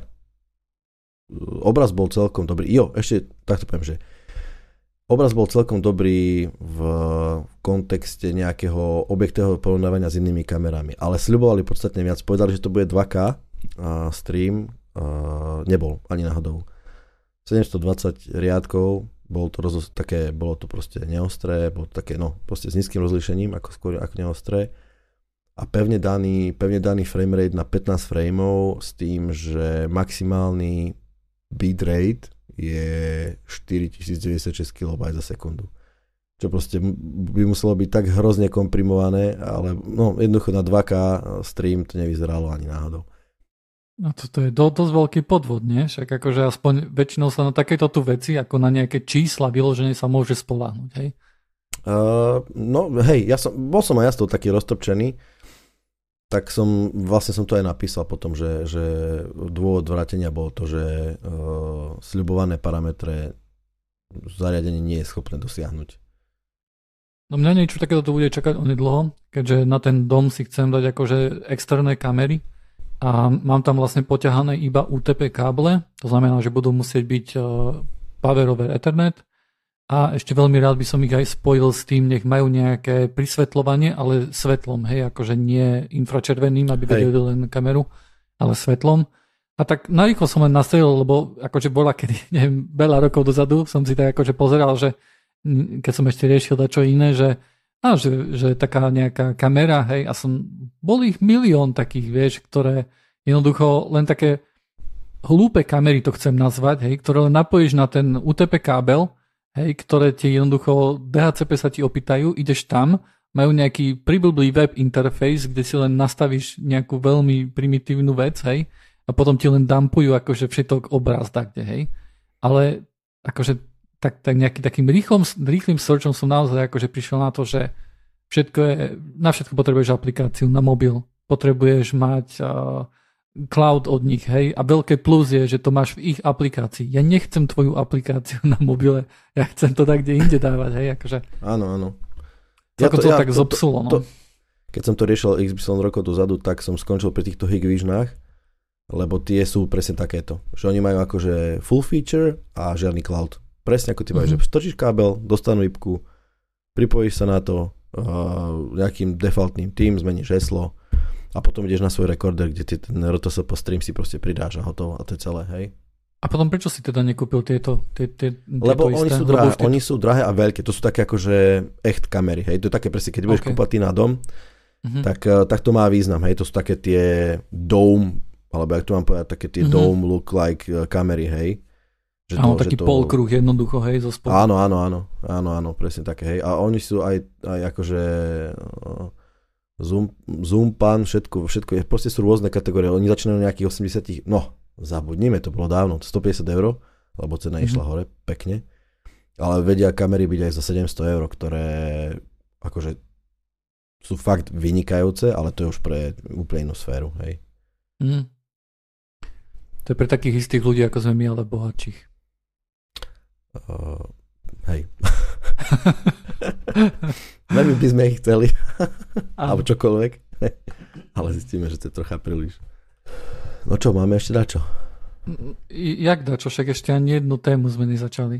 obraz bol celkom dobrý. Jo, ešte takto poviem, že obraz bol celkom dobrý v kontexte nejakého objektívneho porovnávania s inými kamerami, ale sľubovali podstatne viac. Povedali, že to bude dva ká a stream, a nebol ani náhodou. sedemstodvadsať riadkov, bolo to, roz, také, bolo to proste neostré, bolo to také, no, proste s nízkym rozlíšením, ako skôr ako neostré. A pevne daný, pevne daný framerate na pätnásť frameov s tým, že maximálny bitrate je štyritisícdeväťdesiatšesť kilobajtov za sekundu. čo proste by muselo byť tak hrozne komprimované, ale no, jednoducho na dva ká stream to nevyzeralo ani náhodou. No toto je do, dosť veľký podvod, nie? Však akože aspoň väčšinou sa na takéto tu veci, ako na nejaké čísla vyložené sa môže spoľahnúť, hej? Uh, no hej, ja som, bol som aj ja z toho taký roztrpčený, tak som, vlastne som to aj napísal potom, že, že dôvod vrátenia bol to, že uh, sľubované parametre zariadenie nie je schopné dosiahnuť. No mňa niečo takéto tu bude čakať onedlho, keďže na ten dom si chcem dať akože externé kamery a mám tam vlastne poťahané iba ú té pé káble, to znamená, že budú musieť byť uh, power over Ethernet a ešte veľmi rád by som ich aj spojil s tým, nech majú nejaké prisvetľovanie, ale svetlom, hej, akože nie infračerveným, aby vedeli len kameru, ale svetlom. A tak narýchlo som len nastrelil, lebo akože bola kedy, neviem, veľa rokov dozadu som si tak akože pozeral, že keď som ešte riešil dačo iné, že, á, že, že taká nejaká kamera, hej, a som, bol ich milión takých, vieš, ktoré jednoducho len také hlúpe kamery to chcem nazvať, hej, ktoré len napojíš na ten ú té pé kábel, hej, ktoré ti jednoducho dé há cé pé sa ti opýtajú, ideš tam, majú nejaký priblblý web interface, kde si len nastavíš nejakú veľmi primitívnu vec, hej, a potom ti len dumpujú akože všetok obraz takde, hej. Ale akože tak, tak nejakým takým rýchlym, rýchlym searchom som naozaj akože prišiel na to, že všetko je, na všetko potrebuješ aplikáciu na mobil, potrebuješ mať uh, cloud od nich, hej, a veľké plus je, že to máš v ich aplikácii. Ja nechcem tvoju aplikáciu na mobile, ja chcem to tak kde inde dávať, hej, akože. Áno, áno. Ja to, to ja, tak to, zopsulo, no. To, keď som to riešil iks ypsilon rokov dozadu, tak som skončil pri týchto Hikvisionách, lebo tie sú presne takéto, že oni majú akože full feature a žiadny cloud. Presne ako ty máš, mm-hmm. že strčíš kábel, dostanú ipku, pripojíš sa na to uh, nejakým defaultným tým, zmeníš heslo a potom ideš na svoj rekorder, kde ty ten er té es pé stream si proste pridáš a hotovo a to je celé, hej. A potom prečo si teda nekúpil tieto, tie, tie, Lebo tieto oni isté? sú, drahé, Lebo oni sú drahé a veľké, to sú také akože echt kamery, hej, to je také presne, keď budeš okay. kúpať ty na dom, mm-hmm. tak, tak to má význam, hej, to sú také tie dome, alebo jak to mám povedať, také tie mm-hmm. dome look like kamery, hej. Že áno, to, taký to... polkruh jednoducho, hej, zo spodu. Áno, áno, áno, áno, áno, presne také, hej. A oni sú aj, aj akože uh, zoom, zoom pan, všetko, všetko je, proste sú rôzne kategórie. Oni začínajú nejakých osemdesiat, no, zabudnime, to bolo dávno, stopäťdesiat eur, lebo cena mm-hmm. išla hore, pekne. Ale vedia kamery byť aj za sedemsto eur, ktoré akože sú fakt vynikajúce, ale to je už pre úplne inú sféru, hej. Mm. To je pre takých istých ľudí, ako sme my, ale bohatších. Uh, hej. Veľmi by sme ich chceli. Alebo čokoľvek. Ale zistíme, že to je trocha príliš. No čo, máme ešte dačo? Jak dačo? Však ešte ani jednu tému sme nezačali.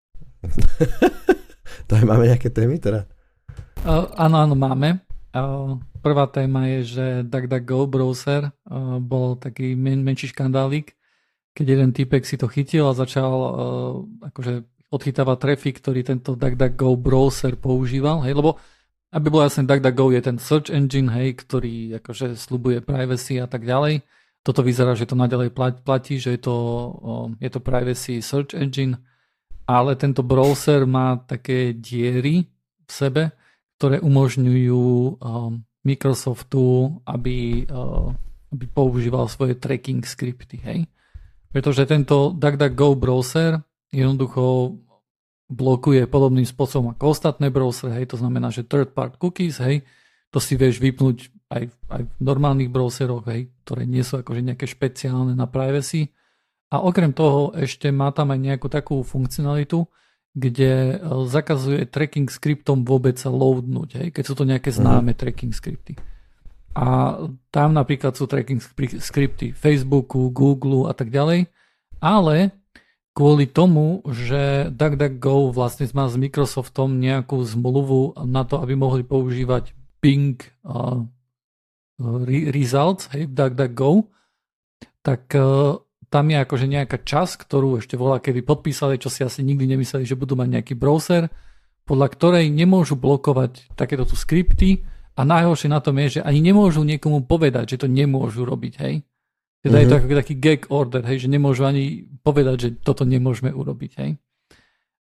To aj máme nejaké témy teda? Uh, áno, áno, máme. Uh, prvá téma je, že DuckDuckGo browser uh, bol taký men- menší škandálik, keď jeden týpek si to chytil a začal uh, akože odchytávať trafik, ktorý tento DuckDuckGo browser používal, hej, lebo aby bolo jasné, DuckDuckGo je ten search engine, hej, ktorý akože sľubuje privacy a tak ďalej. Toto vyzerá, že to naďalej platí, že je to, uh, je to privacy search engine, ale tento browser má také diery v sebe, ktoré umožňujú uh, Microsoftu, aby, uh, aby používal svoje tracking skripty, hej. Pretože tento DuckDuckGo browser jednoducho blokuje podobným spôsobom ako ostatné browsery, hej, to znamená, že third part cookies, hej, to si vieš vypnúť aj, aj v normálnych browseroch, hej, ktoré nie sú akože nejaké špeciálne na privacy. A okrem toho ešte má tam aj nejakú takú funkcionalitu, kde zakazuje tracking skriptom vôbec sa loadnúť, hej, keď sú to nejaké známe mm. tracking skripty. A tam napríklad sú tracking skripty Facebooku, Google a tak ďalej, ale kvôli tomu, že DuckDuckGo vlastne má s Microsoftom nejakú zmluvu na to, aby mohli používať Bing uh, results, hej, v DuckDuckGo, tak uh, tam je akože nejaká časť, ktorú ešte volá, kedy podpísali, čo si asi nikdy nemysleli, že budú mať nejaký browser, podľa ktorej nemôžu blokovať takéto tu skripty a najhoršie na tom je, že ani nemôžu niekomu povedať, že to nemôžu robiť, hej. Teda mm-hmm. je to ako taký gag order, hej, že nemôžu ani povedať, že toto nemôžeme urobiť, hej.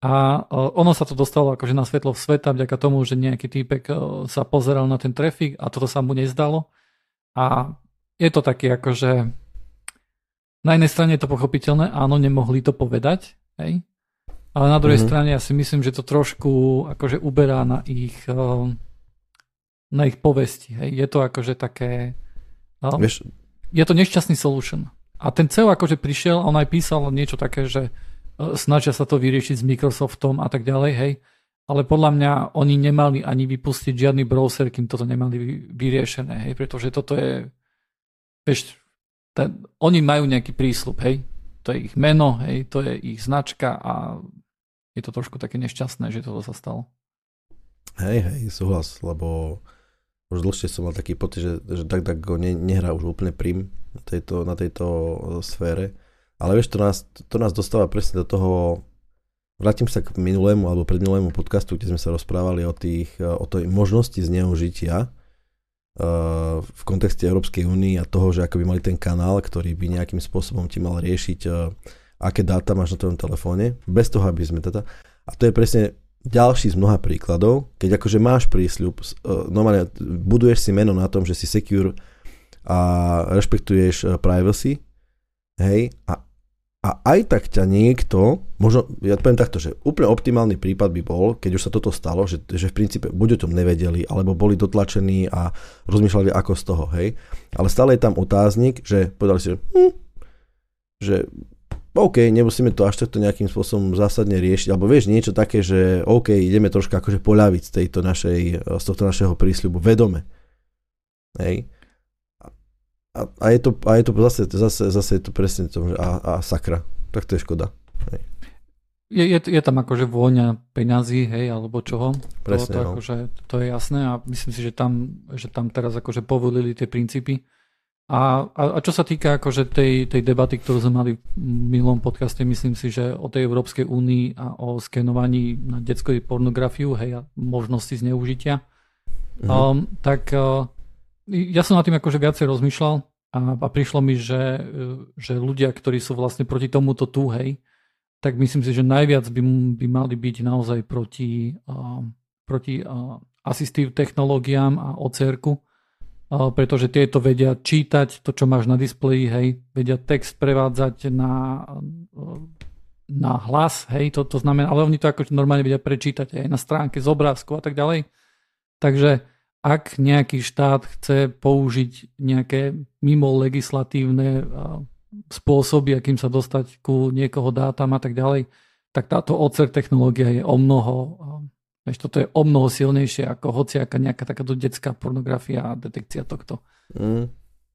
A ono sa to dostalo akože na svetlo sveta vďaka tomu, že nejaký týpek sa pozeral na ten trafik a toto sa mu nezdalo. A je to také akože na jednej strane je to pochopiteľné, áno, nemohli to povedať, hej. Ale na druhej mm-hmm. strane ja si myslím, že to trošku akože uberá na ich na ich povesti, hej. Je to akože také Vieš... je to nešťastný solution. A ten C E O akože prišiel, on aj písal niečo také, že snažia sa to vyriešiť s Microsoftom a tak ďalej, hej. Ale podľa mňa oni nemali ani vypustiť žiadny browser, kým toto nemali vyriešené, hej, pretože toto je, vieš, ten, oni majú nejaký prísľub, hej. To je ich meno, hej, to je ich značka a je to trošku také nešťastné, že toto sa stalo. Hej, hej, súhlas, lebo už dlhšie som mal taký pocit, že, že DuckDuckGo ne, nehrá už úplne prim na tejto, na tejto sfére. Ale vieš, to nás, to nás dostáva presne do toho, vrátim sa k minulému alebo predminulému podcastu, kde sme sa rozprávali o, tých, o tej možnosti zneužitia uh, v kontexte Európskej únie a toho, že ako by mali ten kanál, ktorý by nejakým spôsobom ti mal riešiť, uh, aké dáta máš na tvojom telefóne, bez toho, aby sme teda... A to je presne ďalší z mnoha príkladov, keď akože máš prísľub, uh, normálne buduješ si meno na tom, že si secure a rešpektuješ uh, privacy, hej, a, a aj tak ťa niekto, možno, ja poviem takto, že úplne optimálny prípad by bol, keď už sa toto stalo, že, že v princípe buď o tom nevedeli, alebo boli dotlačení a rozmýšľali ako z toho, hej, ale stále je tam otáznik, že povedali si, že, hm, že OK, nemusíme to až takto nejakým spôsobom zásadne riešiť, alebo vieš, niečo také, že OK, ideme troška akože poľaviť z tejto našej, z tohto našeho prísľubu, vedome, hej. A, a, je to, a je to zase, zase, zase je to presne to, že a, a sakra, tak to je škoda. Hej. Je, je, je tam akože vôňa peňazí, hej, alebo čoho. Presne, to, to, no. akože, to je jasné a myslím si, že tam, že tam teraz akože povolili tie princípy. A, a, a čo sa týka akože tej, tej debaty, ktorú sme mali v minulom podcaste, myslím si, že o tej Európskej únii a o skenovaní na detskú pornografiu, hej, a možnosti zneužitia, mhm. um, tak... Uh, ja som na tým akože viacej rozmýšľal a, a prišlo mi, že, že ľudia, ktorí sú vlastne proti tomuto tu, hej, tak myslím si, že najviac by, by mali byť naozaj proti, uh, proti uh, asistív technológiám a ó cé erku, uh, pretože tieto vedia čítať to, čo máš na displeji, hej, vedia text prevádzať na, uh, na hlas, hej, to, to znamená, ale oni to ako normálne vedia prečítať aj na stránke z obrázku a tak ďalej. Takže ak nejaký štát chce použiť nejaké mimo legislatívne spôsoby, akým sa dostať ku niekoho dátam a tak ďalej, tak táto ó cé er technológia je o mnoho, vieš, toto je o mnoho silnejšie ako hociaká nejaká takáto detská pornografia a detekcia tohto. Mm.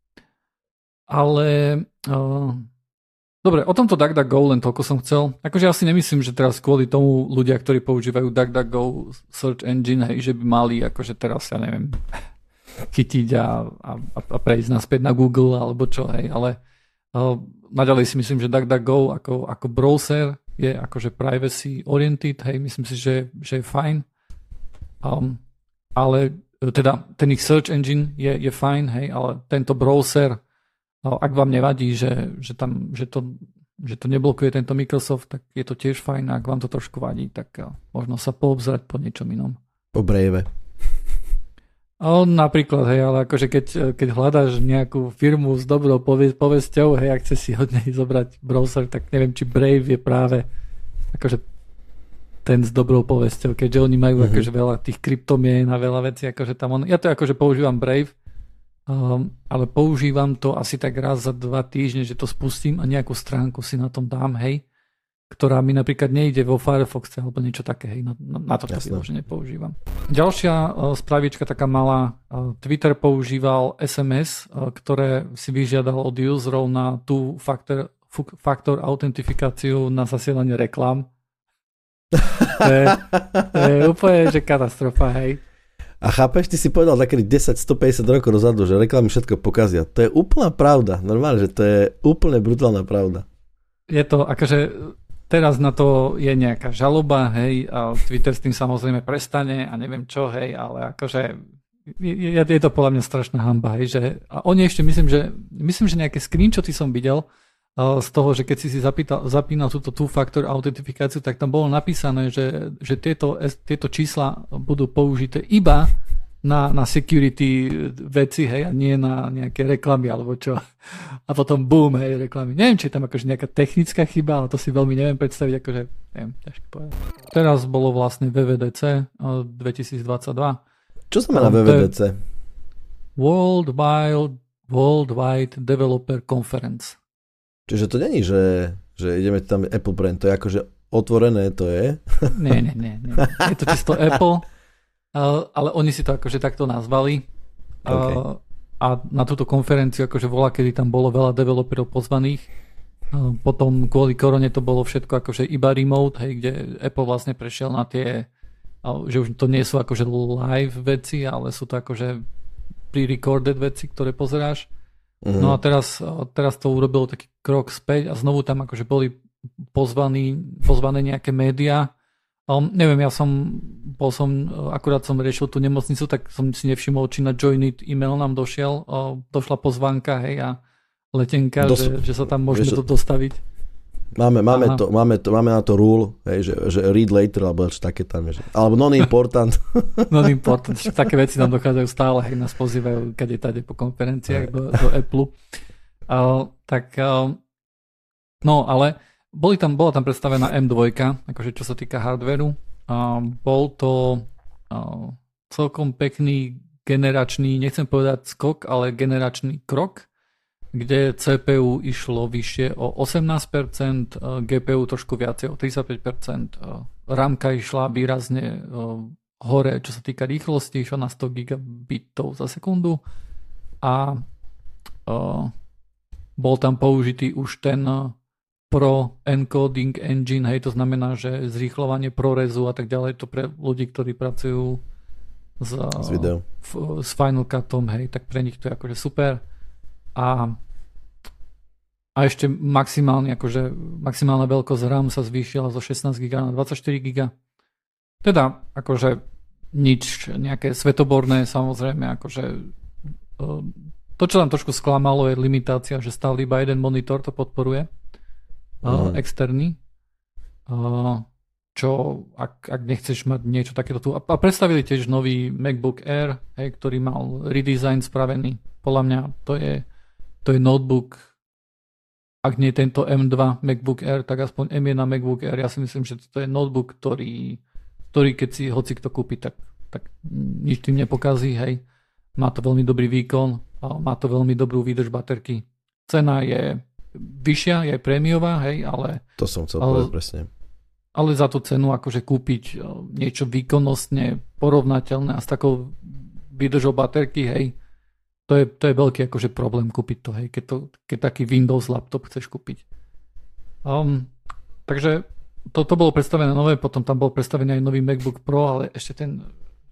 Ale uh, dobre, o tomto DuckDuckGo len toľko som chcel. Akože ja si nemyslím, že teraz kvôli tomu ľudia, ktorí používajú DuckDuckGo search engine, hej, že by mali akože teraz, ja neviem, chytiť a, a, a prejsť naspäť na Google alebo čo, hej, ale uh, naďalej si myslím, že DuckDuckGo ako, ako browser je akože privacy oriented, hej, myslím si, že, že je fajn. Um, ale teda ten ich search engine je, je fajn, hej, ale tento browser, ak vám nevadí, že, že, tam, že, to, že to neblokuje tento Microsoft, tak je to tiež fajn. Ak vám to trošku vadí, tak možno sa poobzerať po niečom inom. Po Brave. O, napríklad, hej, ale akože keď, keď hľadáš nejakú firmu s dobrou povesťou, hej, ak chce si od nej zobrať browser, tak neviem, či Brave je práve akože ten s dobrou povesťou, keďže oni majú mm-hmm. akože veľa tých kryptomien a veľa vecí, akože tam on, ja to akože používam Brave, Um, ale používam to asi tak raz za dva týždne, že to spustím a nejakú stránku si na tom dám, hej, ktorá mi napríklad nejde vo Firefoxe alebo niečo také, hej, na, na to to vyložene používam. Ďalšia uh, spravička taká malá, uh, Twitter používal es em es, uh, ktoré si vyžiadal od userov na tú faktor, faktor autentifikáciu na zasielanie reklám. To je, to je úplne že katastrofa, hej. A chápeš, ty si povedal takedy desať stopäťdesiat rokov dozadu, že reklamy všetko pokazia. To je úplná pravda. Normálne, že to je úplne brutálna pravda. Je to, akože teraz na to je nejaká žaloba, hej, a Twitter s tým samozrejme prestane a neviem čo, hej, ale akože je, je to podľa mňa strašná hanba, hej, že a oni ešte myslím, že myslím, že nejaké screenshoty som videl, z toho, že keď si si zapýtal, zapínal túto two-factor autentifikáciu, tak tam bolo napísané, že, že tieto, tieto čísla budú použité iba na, na security veci, hej, a nie na nejaké reklamy alebo čo. A potom boom, hej, reklamy. Neviem, či je tam akože nejaká technická chyba, ale to si veľmi neviem predstaviť, akože neviem, ťažko povedať. Teraz bolo vlastne vé vé dé cé dvetisícdvadsaťdva. Čo znamená vé vé dé cé? World Wide, Worldwide Developer Conference. Čiže to není, že, že ideme tam Apple brand, to je akože otvorené, to je? Nie, nie, nie. nie. Je to čisto Apple, ale oni si to akože takto nazvali. Okay. A na túto konferenciu akože bola, kedy tam bolo veľa developerov pozvaných. Potom kvôli korone to bolo všetko akože iba remote, hej, kde Apple vlastne prešiel na tie, že už to nie sú akože live veci, ale sú to akože pre-recorded veci, ktoré pozeráš. Mm-hmm. No a teraz, teraz to urobilo taký krok späť a znovu tam akože boli pozvaní, pozvané nejaké médiá. Um, neviem, ja som, bol som, akurát som riešil tú nemocnicu, tak som si nevšimol, či na Joinit e-mail nám došiel, uh, došla pozvánka, hej, a letenka, Dos- že, že sa tam môžeme to dostaviť. Máme, máme, to, máme, to, máme na to rule, hej, že, že read later, alebo čo také tam je. Že, alebo non-important. Non-important. Také veci nám dochádzajú stále, hej, nás pozývajú kade tade po konferenciách do, do Apple. Uh, tak, uh, no, ale boli tam, bola tam predstavená em dva, akože čo sa týka hardwareu. Uh, bol to uh, celkom pekný generačný, nechcem povedať skok, ale generačný krok, kde cé pé ú išlo vyššie o osemnásť percent, gé pé ú trošku viacej o tridsaťpäť percent, rámka išla výrazne hore, čo sa týka rýchlosti, išla na sto gigabitov za sekundu a bol tam použitý už ten Pro Encoding Engine, hej, to znamená, že zrýchľovanie prorezu a tak ďalej, to pre ľudí, ktorí pracujú s, f, s Final Cutom, hej, tak pre nich to je akože super. A, a ešte maximálne, akože maximálna veľkosť RAM sa zvýšila zo šestnásť gigabajtov na dvadsaťštyri gigabajtov. Teda akože nič nejaké svetoborné, samozrejme, akože to, čo tam trošku sklamalo, je limitácia, že stále iba jeden monitor to podporuje, mm. externý, čo ak, ak nechceš mať niečo takéto tu. A predstavili tiež nový MacBook Air, hej, ktorý mal redesign spravený. Podľa mňa to je To je notebook, ak nie tento em dva MacBook Air, tak aspoň em jeden MacBook Air. Ja si myslím, že to je notebook, ktorý, ktorý keď si hoci kto kúpi, tak, tak nič tým nepokazí, hej. Má to veľmi dobrý výkon, má to veľmi dobrú výdrž baterky. Cena je vyššia, je prémiová, hej, ale... To som chcel povedať presne. Ale za tú cenu akože kúpiť niečo výkonnostne porovnateľné a s takou výdržou baterky, hej, To je, to je veľký akože problém kúpiť to, hej, keď, to, keď taký Windows laptop chceš kúpiť. Um, takže to, to bolo predstavené nové, potom tam bol predstavený aj nový MacBook Pro, ale ešte ten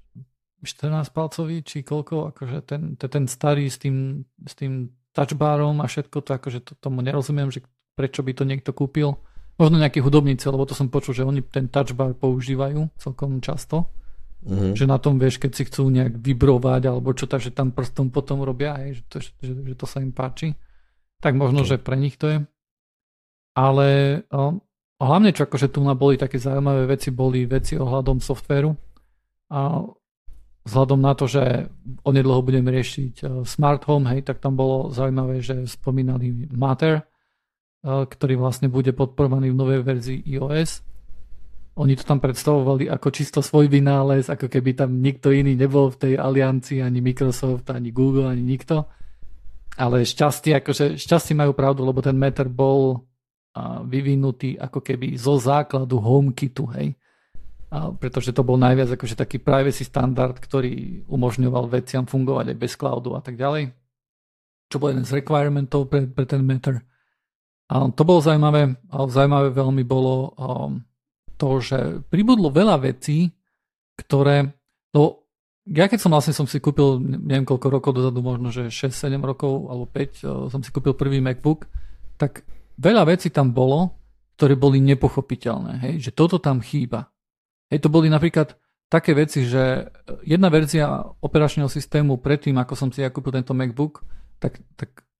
štrnásťpalcový, či koľko, akože ten, ten starý s tým, s tým touchbarom a všetko to, akože to, tomu nerozumiem, že prečo by to niekto kúpil. Možno nejakí hudobníci, lebo to som počul, že oni ten touchbar používajú celkom často. Mm-hmm. Že na tom, vieš, keď si chcú nejak vibrovať alebo čo, takže tam prstom potom robia, hej, že, to, že, že to sa im páči, tak možno, okay. že pre nich to je. Ale um, hlavne, čo akože tu boli také zaujímavé veci, boli veci ohľadom softvéru a vzhľadom na to, že onedlho budeme riešiť uh, Smart Home, hej, tak tam bolo zaujímavé, že spomínali Matter, uh, ktorý vlastne bude podporovaný v novej verzii iOS. Oni to tam predstavovali ako čisto svoj vynález, ako keby tam nikto iný nebol v tej aliancii, ani Microsoft, ani Google, ani nikto. Ale šťastie, akože šťastie majú pravdu, lebo ten Matter bol a, vyvinutý ako keby zo základu HomeKitu, hej. A, pretože to bol najviac akože taký privacy standard, ktorý umožňoval veciam fungovať aj bez cloudu a tak ďalej. Čo bol jeden z requirementov pre, pre ten Matter. A to bolo zaujímavé. A zaujímavé veľmi bolo... Um, to, že pribudlo veľa vecí, ktoré, no ja keď som vlastne som si kúpil, neviem koľko rokov dozadu, možno že šesť sedem rokov alebo päť, som si kúpil prvý MacBook, tak veľa vecí tam bolo, ktoré boli nepochopiteľné, hej, že toto tam chýba. Hej, to boli napríklad také veci, že jedna verzia operačného systému predtým, ako som si ja kúpil tento MacBook, tak, tak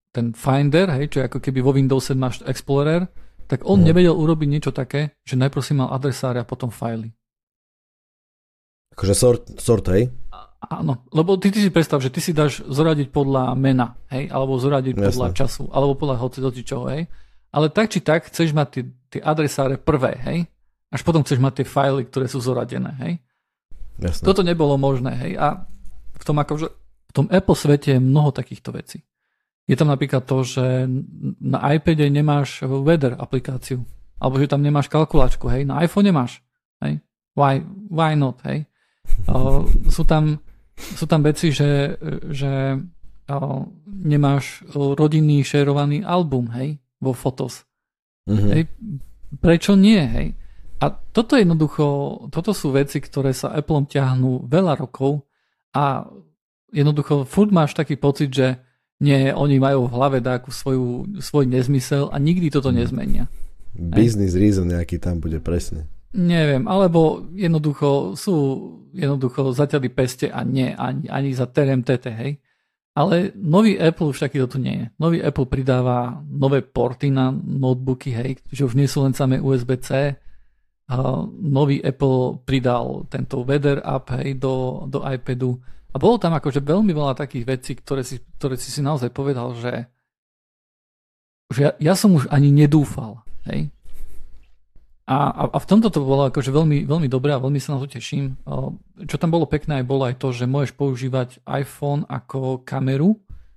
ten Finder, hej, čo je ako keby vo Windowse máš Explorer, tak on hmm. nevedel urobiť niečo také, že najprv si mal adresári a potom fajly. Akože sort, sort hej? Áno, lebo ty, ty si predstav, že ty si dáš zoradiť podľa mena, hej, alebo zoradiť Jasne. podľa času, alebo podľa hoci do čoho, hej. Ale tak či tak chceš mať tie, tie adresáre prvé, hej, až potom chceš mať tie fajly, ktoré sú zoradené, hej. Jasne. Toto nebolo možné, hej. A v tom, akože, v tom Apple svete je mnoho takýchto vecí. Je tam napríklad to, že na iPade nemáš weather aplikáciu, alebo že tam nemáš kalkulačku, hej. Na iPhone nemáš, hej. Why, why not, hej. Uh, sú tam sú tam veci, že, že uh, nemáš rodinný šerovaný album, hej, vo Photos. Mm-hmm. Hej. Prečo nie, hej? A toto jednoducho, toto sú veci, ktoré sa Appleom ťahnú veľa rokov a jednoducho furt máš taký pocit, že nie, oni majú v hlave takú svoju, svoj nezmysel a nikdy toto nezmenia. Business hej. reason nejaký tam bude presne. Neviem, alebo jednoducho sú jednoducho zaťali peste a nie, ani, ani za terem tete, hej. Ale nový Apple už takýto tu nie je. Nový Apple pridáva nové porty na notebooky, hej, že už nie sú len samé U S B C. Uh, nový Apple pridal tento Weather app, hej, do, do iPadu. A bolo tam akože veľmi veľa takých vecí, ktoré si, ktoré si si naozaj povedal, že, že ja, ja som už ani nedúfal, hej. A, a v tomto to bolo akože veľmi, veľmi dobré a veľmi sa na to teším. Čo tam bolo pekné aj bolo aj to, že môžeš používať iPhone ako kameru,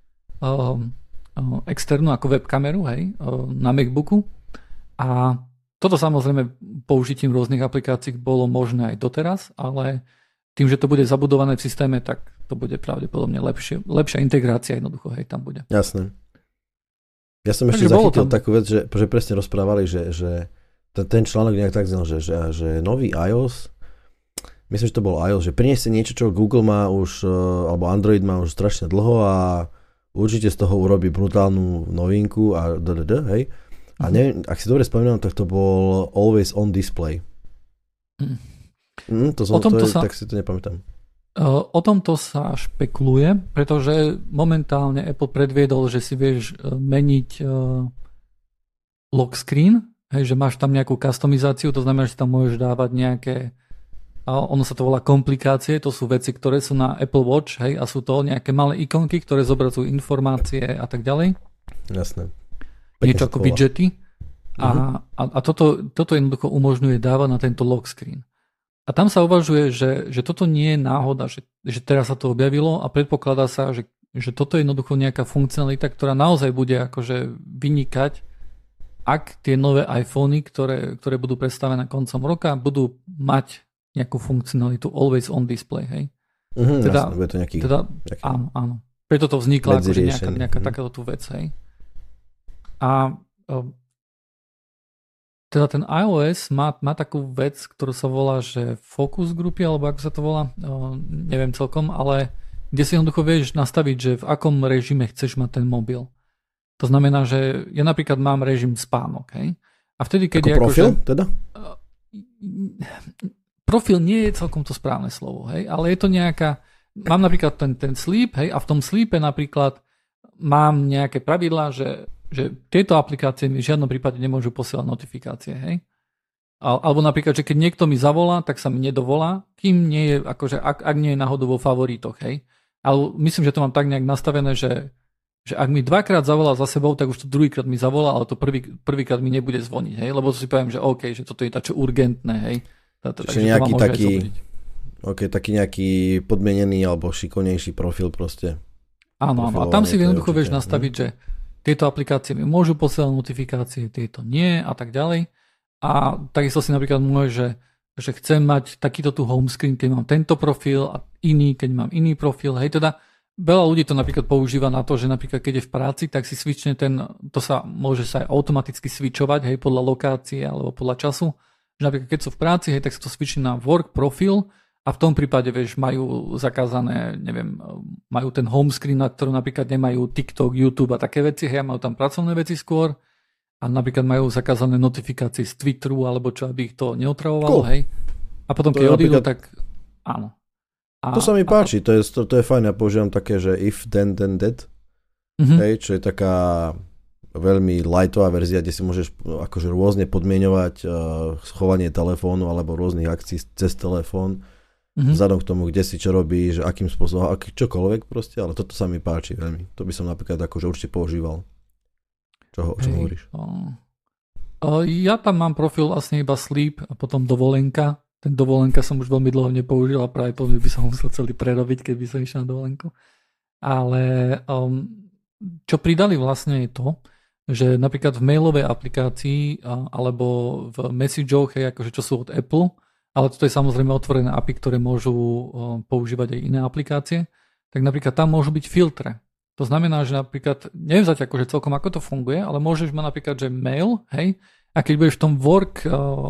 externú ako webkameru, hej, na MacBooku. A toto samozrejme použitím rôznych aplikácií bolo možné aj doteraz, ale tým, že to bude zabudované v systéme, tak to bude pravdepodobne lepšie, lepšia integrácia jednoducho, hej, tam bude. Jasné. Ja som ešte zachytil tam takú vec, že, že presne rozprávali, že, že ten článok nejak tak znel, že, že, že nový iOS, myslím, že to bol iOS, že priniesie niečo, čo Google má už, alebo Android má už strašne dlho a určite z toho urobí brutálnu novinku a ddd, hej. A neviem, ak si dobre spomínam, tak to bol Always On Display. Mm. Mm, to som, to je, sa, tak si to nepamätám. O tomto sa špekuluje, pretože momentálne Apple predviedol, že si vieš meniť lock screen. Hej, že máš tam nejakú customizáciu, to znamená, že tam môžeš dávať nejaké, a ono sa to volá komplikácie, to sú veci, ktoré sú na Apple Watch, hej, a sú to nejaké malé ikonky, ktoré zobrazujú informácie a tak ďalej. Jasné. Niečo ako widgety. A, a, a toto, toto jednoducho umožňuje dávať na tento lock screen. A tam sa uvažuje, že, že toto nie je náhoda, že, že teraz sa to objavilo a predpokladá sa, že, že toto je jednoducho nejaká funkcionalita, ktorá naozaj bude akože vynikať, ak tie nové iPhony, ktoré, ktoré budú predstavené koncom roka, budú mať nejakú funkcionalitu Always On Display, hej. Mm-hmm, teda, jasne, bude to nejaký, teda nejaký... áno, áno. Preto to vznikla akože nejaká, nejaká mm-hmm. takáto tú vec, hej. A teda ten iOS má, má takú vec, ktorú sa volá, že focus grupy, alebo ako sa to volá, o, neviem celkom, ale kde si jednoducho vieš nastaviť, že v akom režime chceš mať ten mobil. To znamená, že ja napríklad mám režim spánok, hej? A vtedy, keď ako je profil, akože, teda? Profil nie je celkom to správne slovo, hej? Ale je to nejaká, mám napríklad ten, ten sleep, hej? A v tom sleepe napríklad mám nejaké pravidlá, že, že tieto aplikácie mi v žiadnom prípade nemôžu posielať notifikácie, hej? Alebo napríklad, že keď niekto mi zavolá, tak sa mi nedovolá, kým nie je, akože, ak, ak nie je náhodou vo favoritoch, hej? Ale myslím, že to mám tak nejak nastavené, že že ak mi dvakrát zavolá za sebou, tak už to druhýkrát mi zavolá, ale to prvý, prvýkrát mi nebude zvoniť, hej? Lebo si poviem, že OK, že toto je tačo urgentné, hej? Čiže nejaký taký, okay, taký nejaký podmienený alebo šikovnejší profil proste. Áno, áno. A tam si jednoducho vieš nastaviť, hm. že tieto aplikácie mi môžu posielať notifikácie, tieto nie a tak ďalej. A takisto si napríklad môže, že, že chcem mať takýto tu home screen, keď mám tento profil a iný, keď mám iný profil, hej, teda veľa ľudí to napríklad používa na to, že napríklad keď je v práci, tak si switchne ten, to sa môže sa aj automaticky switchovať, hej, podľa lokácie alebo podľa času. Že napríklad keď sú v práci, hej, tak sa to switchne na work profil a v tom prípade, vieš, majú zakázané, neviem, majú ten home screen, na ktorom napríklad nemajú TikTok, YouTube a také veci, hej, majú tam pracovné veci skôr a napríklad majú zakázané notifikácie z Twitteru alebo čo, aby ich to neotravovalo, cool. Hej. A potom keď odídu, napríklad... tak áno. A, to sa mi páči, to je, to, to je fajn, ja používam také, že if, then, then, that. Mm-hmm. Hej, čo je taká veľmi lightová verzia, kde si môžeš akože rôzne podmieňovať uh, schovanie telefónu alebo rôznych akcií cez telefón, mm-hmm. vzhľadom k tomu, kde si čo robíš, akým spôsobom, ak, čokoľvek proste, ale toto sa mi páči veľmi. To by som napríklad akože určite používal. Čo, o čom hovoríš? Uh, ja tam mám profil vlastne iba sleep a potom dovolenka. Ten dovolenka som už veľmi dlho nepoužil a práve poviem, by som musel celý prerobiť, keby som išiel na dovolenku. Ale um, čo pridali vlastne je to, že napríklad v mailovej aplikácii alebo v messageoch, akože čo sú od Apple, ale to je samozrejme otvorené á pé í, ktoré môžu používať aj iné aplikácie, tak napríklad tam môžu byť filtre. To znamená, že napríklad, neviem zať akože celkom ako to funguje, ale môžeš mať napríklad, že mail, hej, a keď budeš v tom work uh,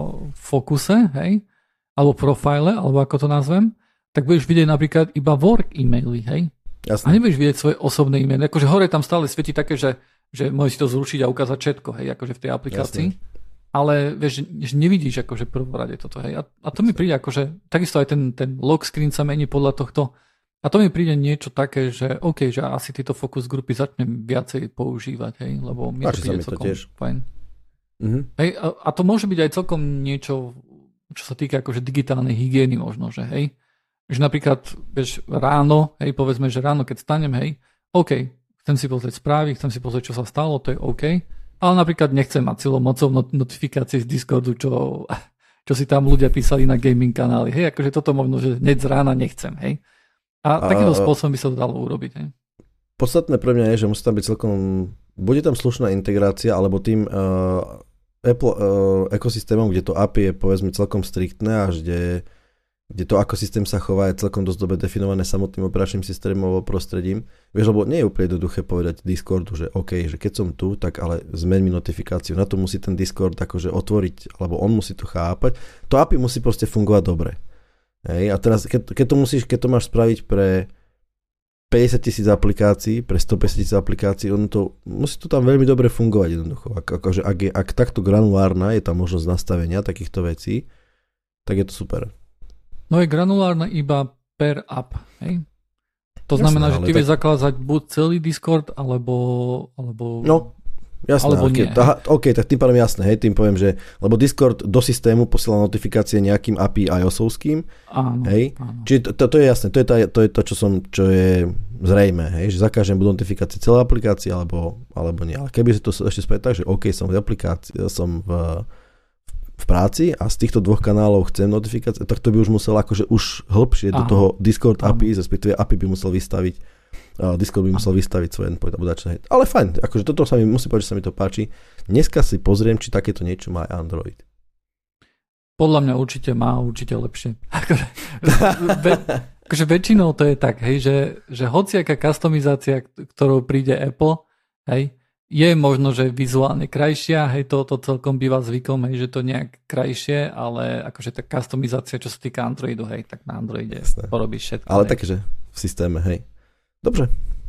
fokuse, hej, alebo profile, alebo ako to nazvem, tak budeš vidieť napríklad iba work e-maily, hej. Jasne. A nebudeš vidieť svoje osobné e-maily. Akože hore tam stále svieti také, že že môžeš si to zrušiť a ukázať všetko, hej, akože v tej aplikácii. Jasne. Ale vieš, že nevidíš akože prvorade toto, hej. A, a to mi príde akože, takisto aj ten, ten lock screen sa mení podľa tohto. A to mi príde niečo také, že OK, že asi tieto focus grupy začnem viacej používať, hej, lebo mi to príde celkom fajn. Mm-hmm. Hej, a, a to môže byť aj celkom niečo, čo sa týka akože digitálnej hygieny možno, že hej. Že napríklad, vieš, ráno, hej, povedzme, že ráno, keď stanem, hej, OK, chcem si pozrieť správy, chcem si pozrieť, čo sa stalo, to je OK. Ale napríklad nechcem mať silomocou not- notifikácie z Discordu, čo, čo si tam ľudia písali na gaming kanály. Hej, akože toto možno, že hneď z rána nechcem, hej. A, a takýmto spôsobom by sa to dalo urobiť, hej. Podstatné pre mňa je, že musí tam byť celkom, bude tam slušná integrácia, alebo tým uh, Apple uh, ekosystémom, kde to á pé í je povedzme celkom striktné, až kde kde to ako systém sa chová je celkom dosť dobre definované samotným operačným systémom alebo prostredím. Vieš, lebo nie je úplne jednoduché povedať Discordu, že OK, že keď som tu, tak ale zmeň mi notifikáciu. Na to musí ten Discord akože otvoriť, alebo on musí to chápať. To á pé í musí proste fungovať dobre. Hej? A teraz, keď, keď to musíš, keď to máš spraviť pre päťdesiat tisíc aplikácií, pre stopäťdesiat tisíc aplikácií, on to, musí to tam veľmi dobre fungovať jednoducho. Ak, akože, ak, je, ak takto granulárna je tá možnosť nastavenia takýchto vecí, tak je to super. No je granulárna iba per app, hej? To znamená, jasné, že ty tak vieš zakázať buď celý Discord, alebo... alebo no, jasné, alebo okay. nie. Aha, OK, tak tým pádom jasné, hej, tým poviem, že... Lebo Discord do systému posiela notifikácie nejakým á pé í iOS-ovským, áno, hej? Áno. Čiže to, to, to je jasné, to je, tá, to je to, čo som, čo je zrejme, hej, že zakážem budú notifikácie celé aplikácie, alebo, alebo nie. Ale keby sa to ešte späť tak, že OK, som v aplikácii, som v... v práci a z týchto dvoch kanálov chcem notifikácie, tak to by už musel akože už hlbšie do toho Discord á pé í, respektíve á pé í by musel vystaviť, uh, Discord by musel vystaviť svoje endpoint a budačné. Ale fajn, akože toto sa mi, musím povedať, že sa mi to páči. Dneska si pozriem, či takéto niečo má aj Android. Podľa mňa určite má, určite lepšie. Akože, ve, akože väčšinou to je tak, hej, že, že hociaká customizácia, ktorou príde Apple, hej, je možno, že vizuálne krajšia, hej, to, to celkom býva zvykom, hej, že to nejak krajšie, ale akože tá customizácia, čo sa týka Androidu, hej, tak na Androide jasné porobíš všetko. Ale hej. Takže v systéme, hej. Dobre.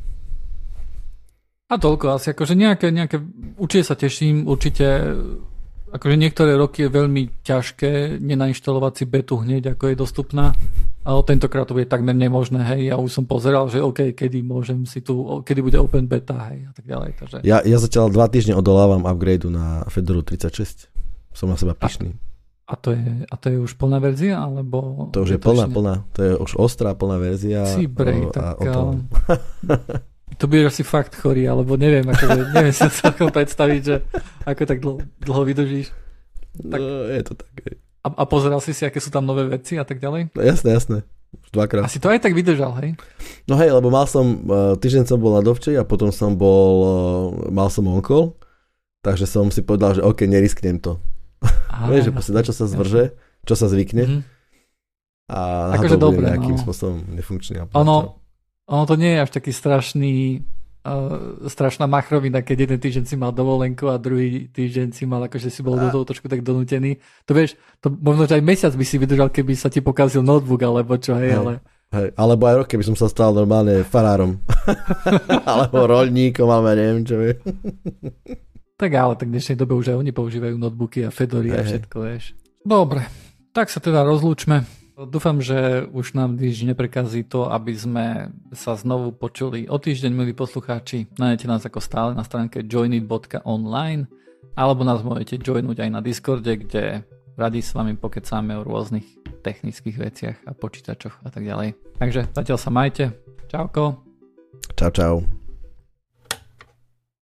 A toľko asi, akože nejaké, nejaké, určite sa teším, určite, akože niektoré roky je veľmi ťažké nenainštalovať si betu hneď, ako je dostupná. Ale tentokrát to bude takmer nemožné, hej, ja už som pozeral, že OK, kedy môžem si tu, kedy bude open beta, hej, a tak ďalej. Takže... Ja, ja zatiaľ dva týždne odolávam upgradeu na Fedoru tridsaťšesť. Som na seba pyšný. A, a, to je, a to je už plná verzia, alebo... To už je plná, ne... plná, to je už ostrá plná verzia. Cibrej, tak... A to budeš asi fakt chorý, alebo neviem, akože, neviem si celkom predstaviť, že ako tak dlho, dlho vydržíš. Tak... No, je to tak, hej. A, a pozeral si si, aké sú tam nové veci a tak ďalej? No, jasné, jasné. Už dvakrát. Asi to aj tak vydržal, hej? No hej, lebo mal som, týždeň som bol na Dovčej a potom som bol, mal som on-call, takže som si povedal, že OK, nerisknem to. Vieš, že proste na čo sa zvrže, čo sa zvykne. Mm-hmm. A na to bude nejakým no. spôsobom nefunkčný. Ono, ono to nie je až taký strašný Uh, strašná machrovina, keď jeden týždeň si mal dovolenku a druhý týždeň si mal akože si bol a... do toho trošku tak donútený. To vieš, to možno, že aj mesiac by si vydržal, keby sa ti pokazil notebook alebo čo, hej, hej ale... Hej, alebo aj rok, keby som sa stal normálne farárom. Alebo roľníkom, alebo neviem čo vie. Tak ale tak v dnešnej dobe už aj oni používajú notebooky a Fedory hej, a všetko, vieš. Dobre, tak sa teda rozlúčme. Dúfam, že už nám nič neprekazí to, aby sme sa znovu počuli o týždeň, milí poslucháči. Nájdete nás ako stále na stránke joinit bodka online alebo nás môžete joinúť aj na Discorde, kde radi s vami pokecáme o rôznych technických veciach a počítačoch a tak ďalej. Takže zatiaľ sa majte. Čauko. Čau, čau.